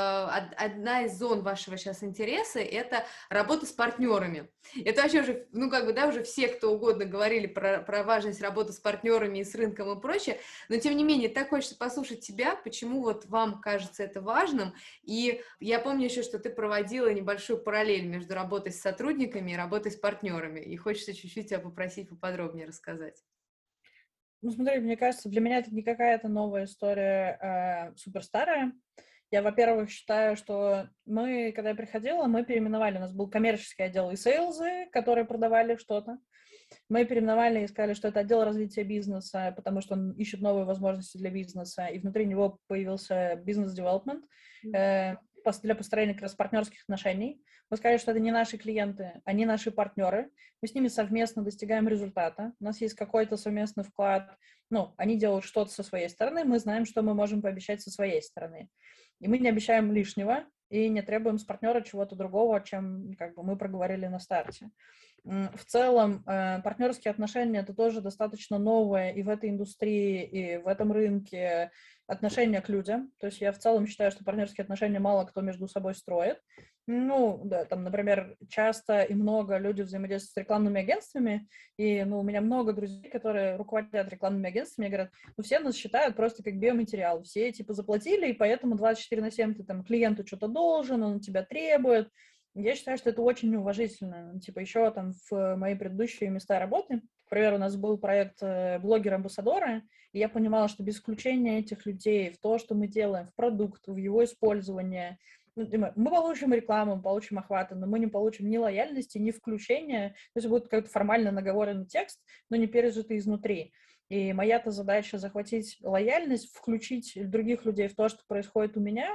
из зон вашего сейчас интереса — это работа с партнерами. Это вообще уже, уже все, кто угодно, говорили про важность работы с партнерами и с рынком и прочее, но тем не менее, так хочется послушать тебя, почему вот вам кажется это важным. И я помню еще, что ты проводила небольшую параллель между работой с сотрудниками и работой с партнерами, и хочется чуть-чуть тебя попросить поподробнее рассказать. Ну, смотри, мне кажется, для меня это не какая-то новая история, супер старая. Я, во-первых, считаю, что когда я приходила, мы переименовали, у нас был коммерческий отдел и сейлзы, которые продавали что-то. Мы переименовали и сказали, что это отдел развития бизнеса, потому что он ищет новые возможности для бизнеса, и внутри него появился бизнес-девелопмент для построения как раз партнерских отношений. Мы сказали, что это не наши клиенты, они наши партнеры. Мы с ними совместно достигаем результата. У нас есть какой-то совместный вклад. Они делают что-то со своей стороны, мы знаем, что мы можем пообещать со своей стороны. И мы не обещаем лишнего и не требуем с партнера чего-то другого, чем как бы мы проговорили на старте. В целом, партнерские отношения — это тоже достаточно новое и в этой индустрии, и в этом рынке отношения к людям. То есть я в целом считаю, что партнерские отношения мало кто между собой строит. Да, там, например, часто и много люди взаимодействуют с рекламными агентствами, и, у меня много друзей, которые руководят рекламными агентствами, и говорят, все нас считают просто как биоматериал, все, типа, заплатили, и поэтому 24/7 ты там клиенту что-то должен, он тебя требует. Я считаю, что это очень неуважительно. Типа, еще там в мои предыдущие места работы, например, у нас был проект блогер-амбассадоры, и я понимала, что без включения этих людей в то, что мы делаем, в продукт, в его использование, мы получим рекламу, мы получим охваты, но мы не получим ни лояльности, ни включения. То есть будет как-то формально наговоренный текст, но не пережитый изнутри. И моя-то задача захватить лояльность, включить других людей в то, что происходит у меня.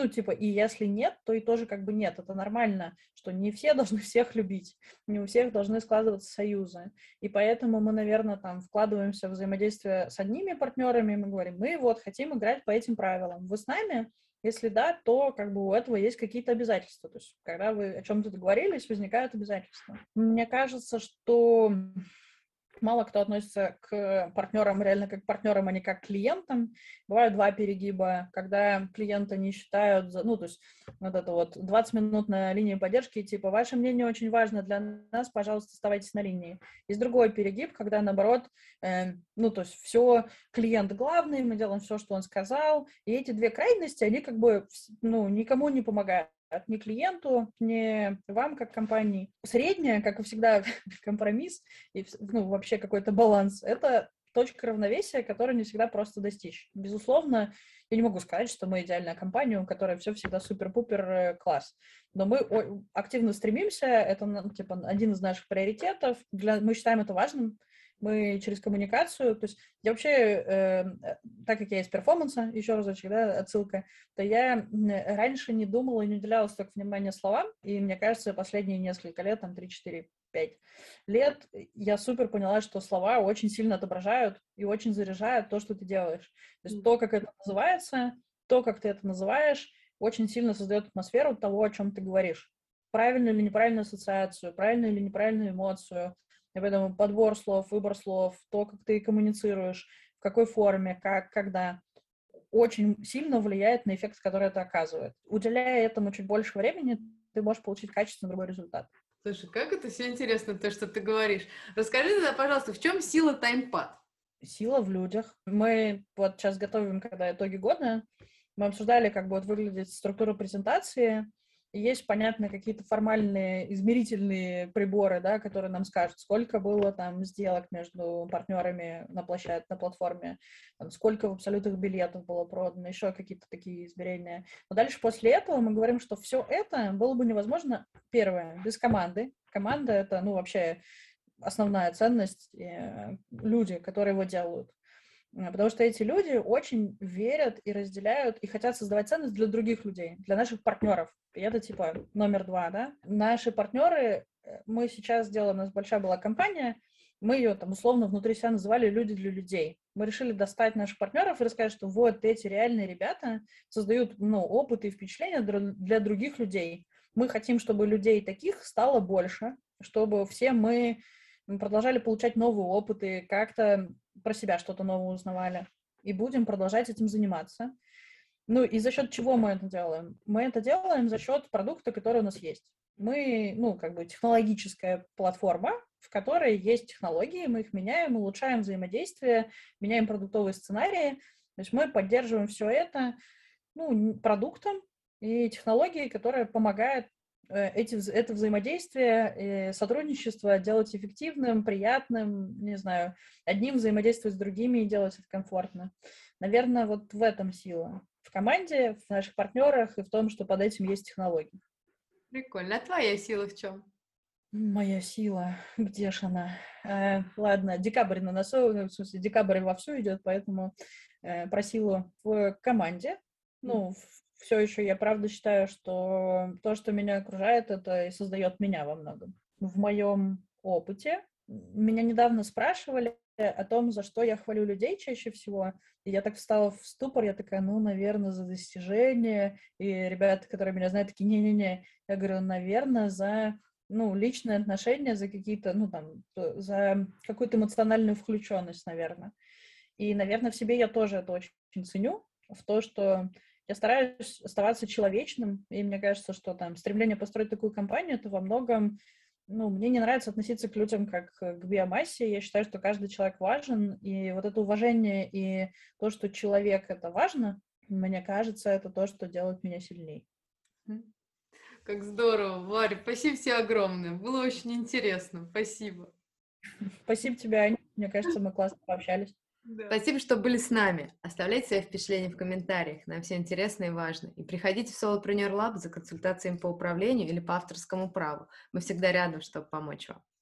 И если нет, то и тоже как бы нет. Это нормально, что не все должны всех любить, не у всех должны складываться союзы. И поэтому мы, наверное, там вкладываемся в взаимодействие с одними партнерами, мы говорим, мы вот хотим играть по этим правилам. Вы с нами? Если да, то как бы у этого есть какие-то обязательства. То есть когда вы о чем-то договорились, возникают обязательства. Мне кажется, что мало кто относится к партнерам реально как к партнерам, а не как к клиентам. Бывают два перегиба, когда клиента не считают, то есть вот это вот 20 минут на линии поддержки, типа, ваше мнение очень важно для нас, пожалуйста, оставайтесь на линии. Есть другой перегиб, когда наоборот, то есть все, клиент главный, мы делаем все, что он сказал, и эти две крайности, они как бы, никому не помогают. Ни клиенту, ни вам, как компании. Средняя, как и всегда, компромисс и вообще какой-то баланс — это точка равновесия, которую не всегда просто достичь. Безусловно, я не могу сказать, что мы идеальная компания, у которой все всегда супер-пупер класс. Но мы активно стремимся, это один из наших приоритетов, мы считаем это важным. Мы через коммуникацию, то есть я вообще, так как я из перформанса, еще разочек, да, отсылка, то я раньше не думала и не уделяла столько внимания словам, и мне кажется, последние несколько лет, там 3, 4, 5 лет, я супер поняла, что слова очень сильно отображают и очень заряжают то, что ты делаешь. То есть то, как это называется, то, как ты это называешь, очень сильно создает атмосферу того, о чем ты говоришь. Правильную или неправильную ассоциацию, правильную или неправильную эмоцию. И поэтому подбор слов, выбор слов, то, как ты коммуницируешь, в какой форме, как, когда, очень сильно влияет на эффект, который это оказывает. Уделяя этому чуть больше времени, ты можешь получить качественно другой результат. Слушай, как это все интересно, то, что ты говоришь. Расскажи тогда, пожалуйста, в чем сила таймпад? Сила в людях. Мы вот сейчас готовим, когда итоги года, мы обсуждали, как будет выглядеть структура презентации. И есть, понятно, какие-то формальные измерительные приборы, да, которые нам скажут, сколько было там сделок между партнерами на платформе, там, сколько в абсолютных билетов было продано, еще какие-то такие измерения. Но дальше после этого мы говорим, что все это было бы невозможно, первое, без команды. Команда — это, ну, вообще основная ценность, люди, которые его делают. Потому что эти люди очень верят и разделяют, и хотят создавать ценность для других людей, для наших партнеров. И это типа номер 2, да. Наши партнеры, мы сейчас делаем, у нас большая была компания, мы ее там условно внутри себя называли «Люди для людей». Мы решили достать наших партнеров и рассказать, что вот эти реальные ребята создают, ну, опыт и впечатления для других людей. Мы хотим, чтобы людей таких стало больше, чтобы все мы продолжали получать новые опыты, как-то про себя что-то новое узнавали. И будем продолжать этим заниматься. Ну и за счет чего мы это делаем? Мы это делаем за счет продукта, который у нас есть. Мы, ну, как бы технологическая платформа, в которой есть технологии, мы их меняем, улучшаем взаимодействие, меняем продуктовые сценарии. То есть мы поддерживаем все это, ну, продуктом и технологией, которая помогает это взаимодействие, сотрудничество делать эффективным, приятным, не знаю, одним взаимодействовать с другими и делать это комфортно. Наверное, вот в этом сила. В команде, в наших партнерах и в том, что под этим есть технологии. Прикольно. А твоя сила в чем? Моя сила, где ж она? Ладно, декабрь на носу, в смысле, декабрь вовсю идет, поэтому про силу в команде. Ну, все еще я правда считаю, что то, что меня окружает, это и создает меня во многом. В моем опыте меня недавно спрашивали о том, за что я хвалю людей чаще всего, и я так встала в ступор, я такая, ну, наверное, за достижения, и ребята, которые меня знают, такие, не-не-не, я говорю, наверное, за, ну, личные отношения, за какие-то, ну, там, за какую-то эмоциональную включенность, наверное. И, наверное, в себе я тоже это очень ценю, в то, что я стараюсь оставаться человечным, и мне кажется, что там стремление построить такую компанию, это во многом, ну, мне не нравится относиться к людям как к биомассе, я считаю, что каждый человек важен, и вот это уважение и то, что человек — это важно, мне кажется, это то, что делает меня сильнее. Как здорово, Варя, спасибо тебе огромное. Было очень интересно. Спасибо. Спасибо тебе, Аня. Мне кажется, мы классно пообщались. Да. Спасибо, что были с нами. Оставляйте свои впечатления в комментариях. Нам все интересно и важно. И приходите в Solopreneur Lab за консультациями по управлению или по авторскому праву. Мы всегда рядом, чтобы помочь вам.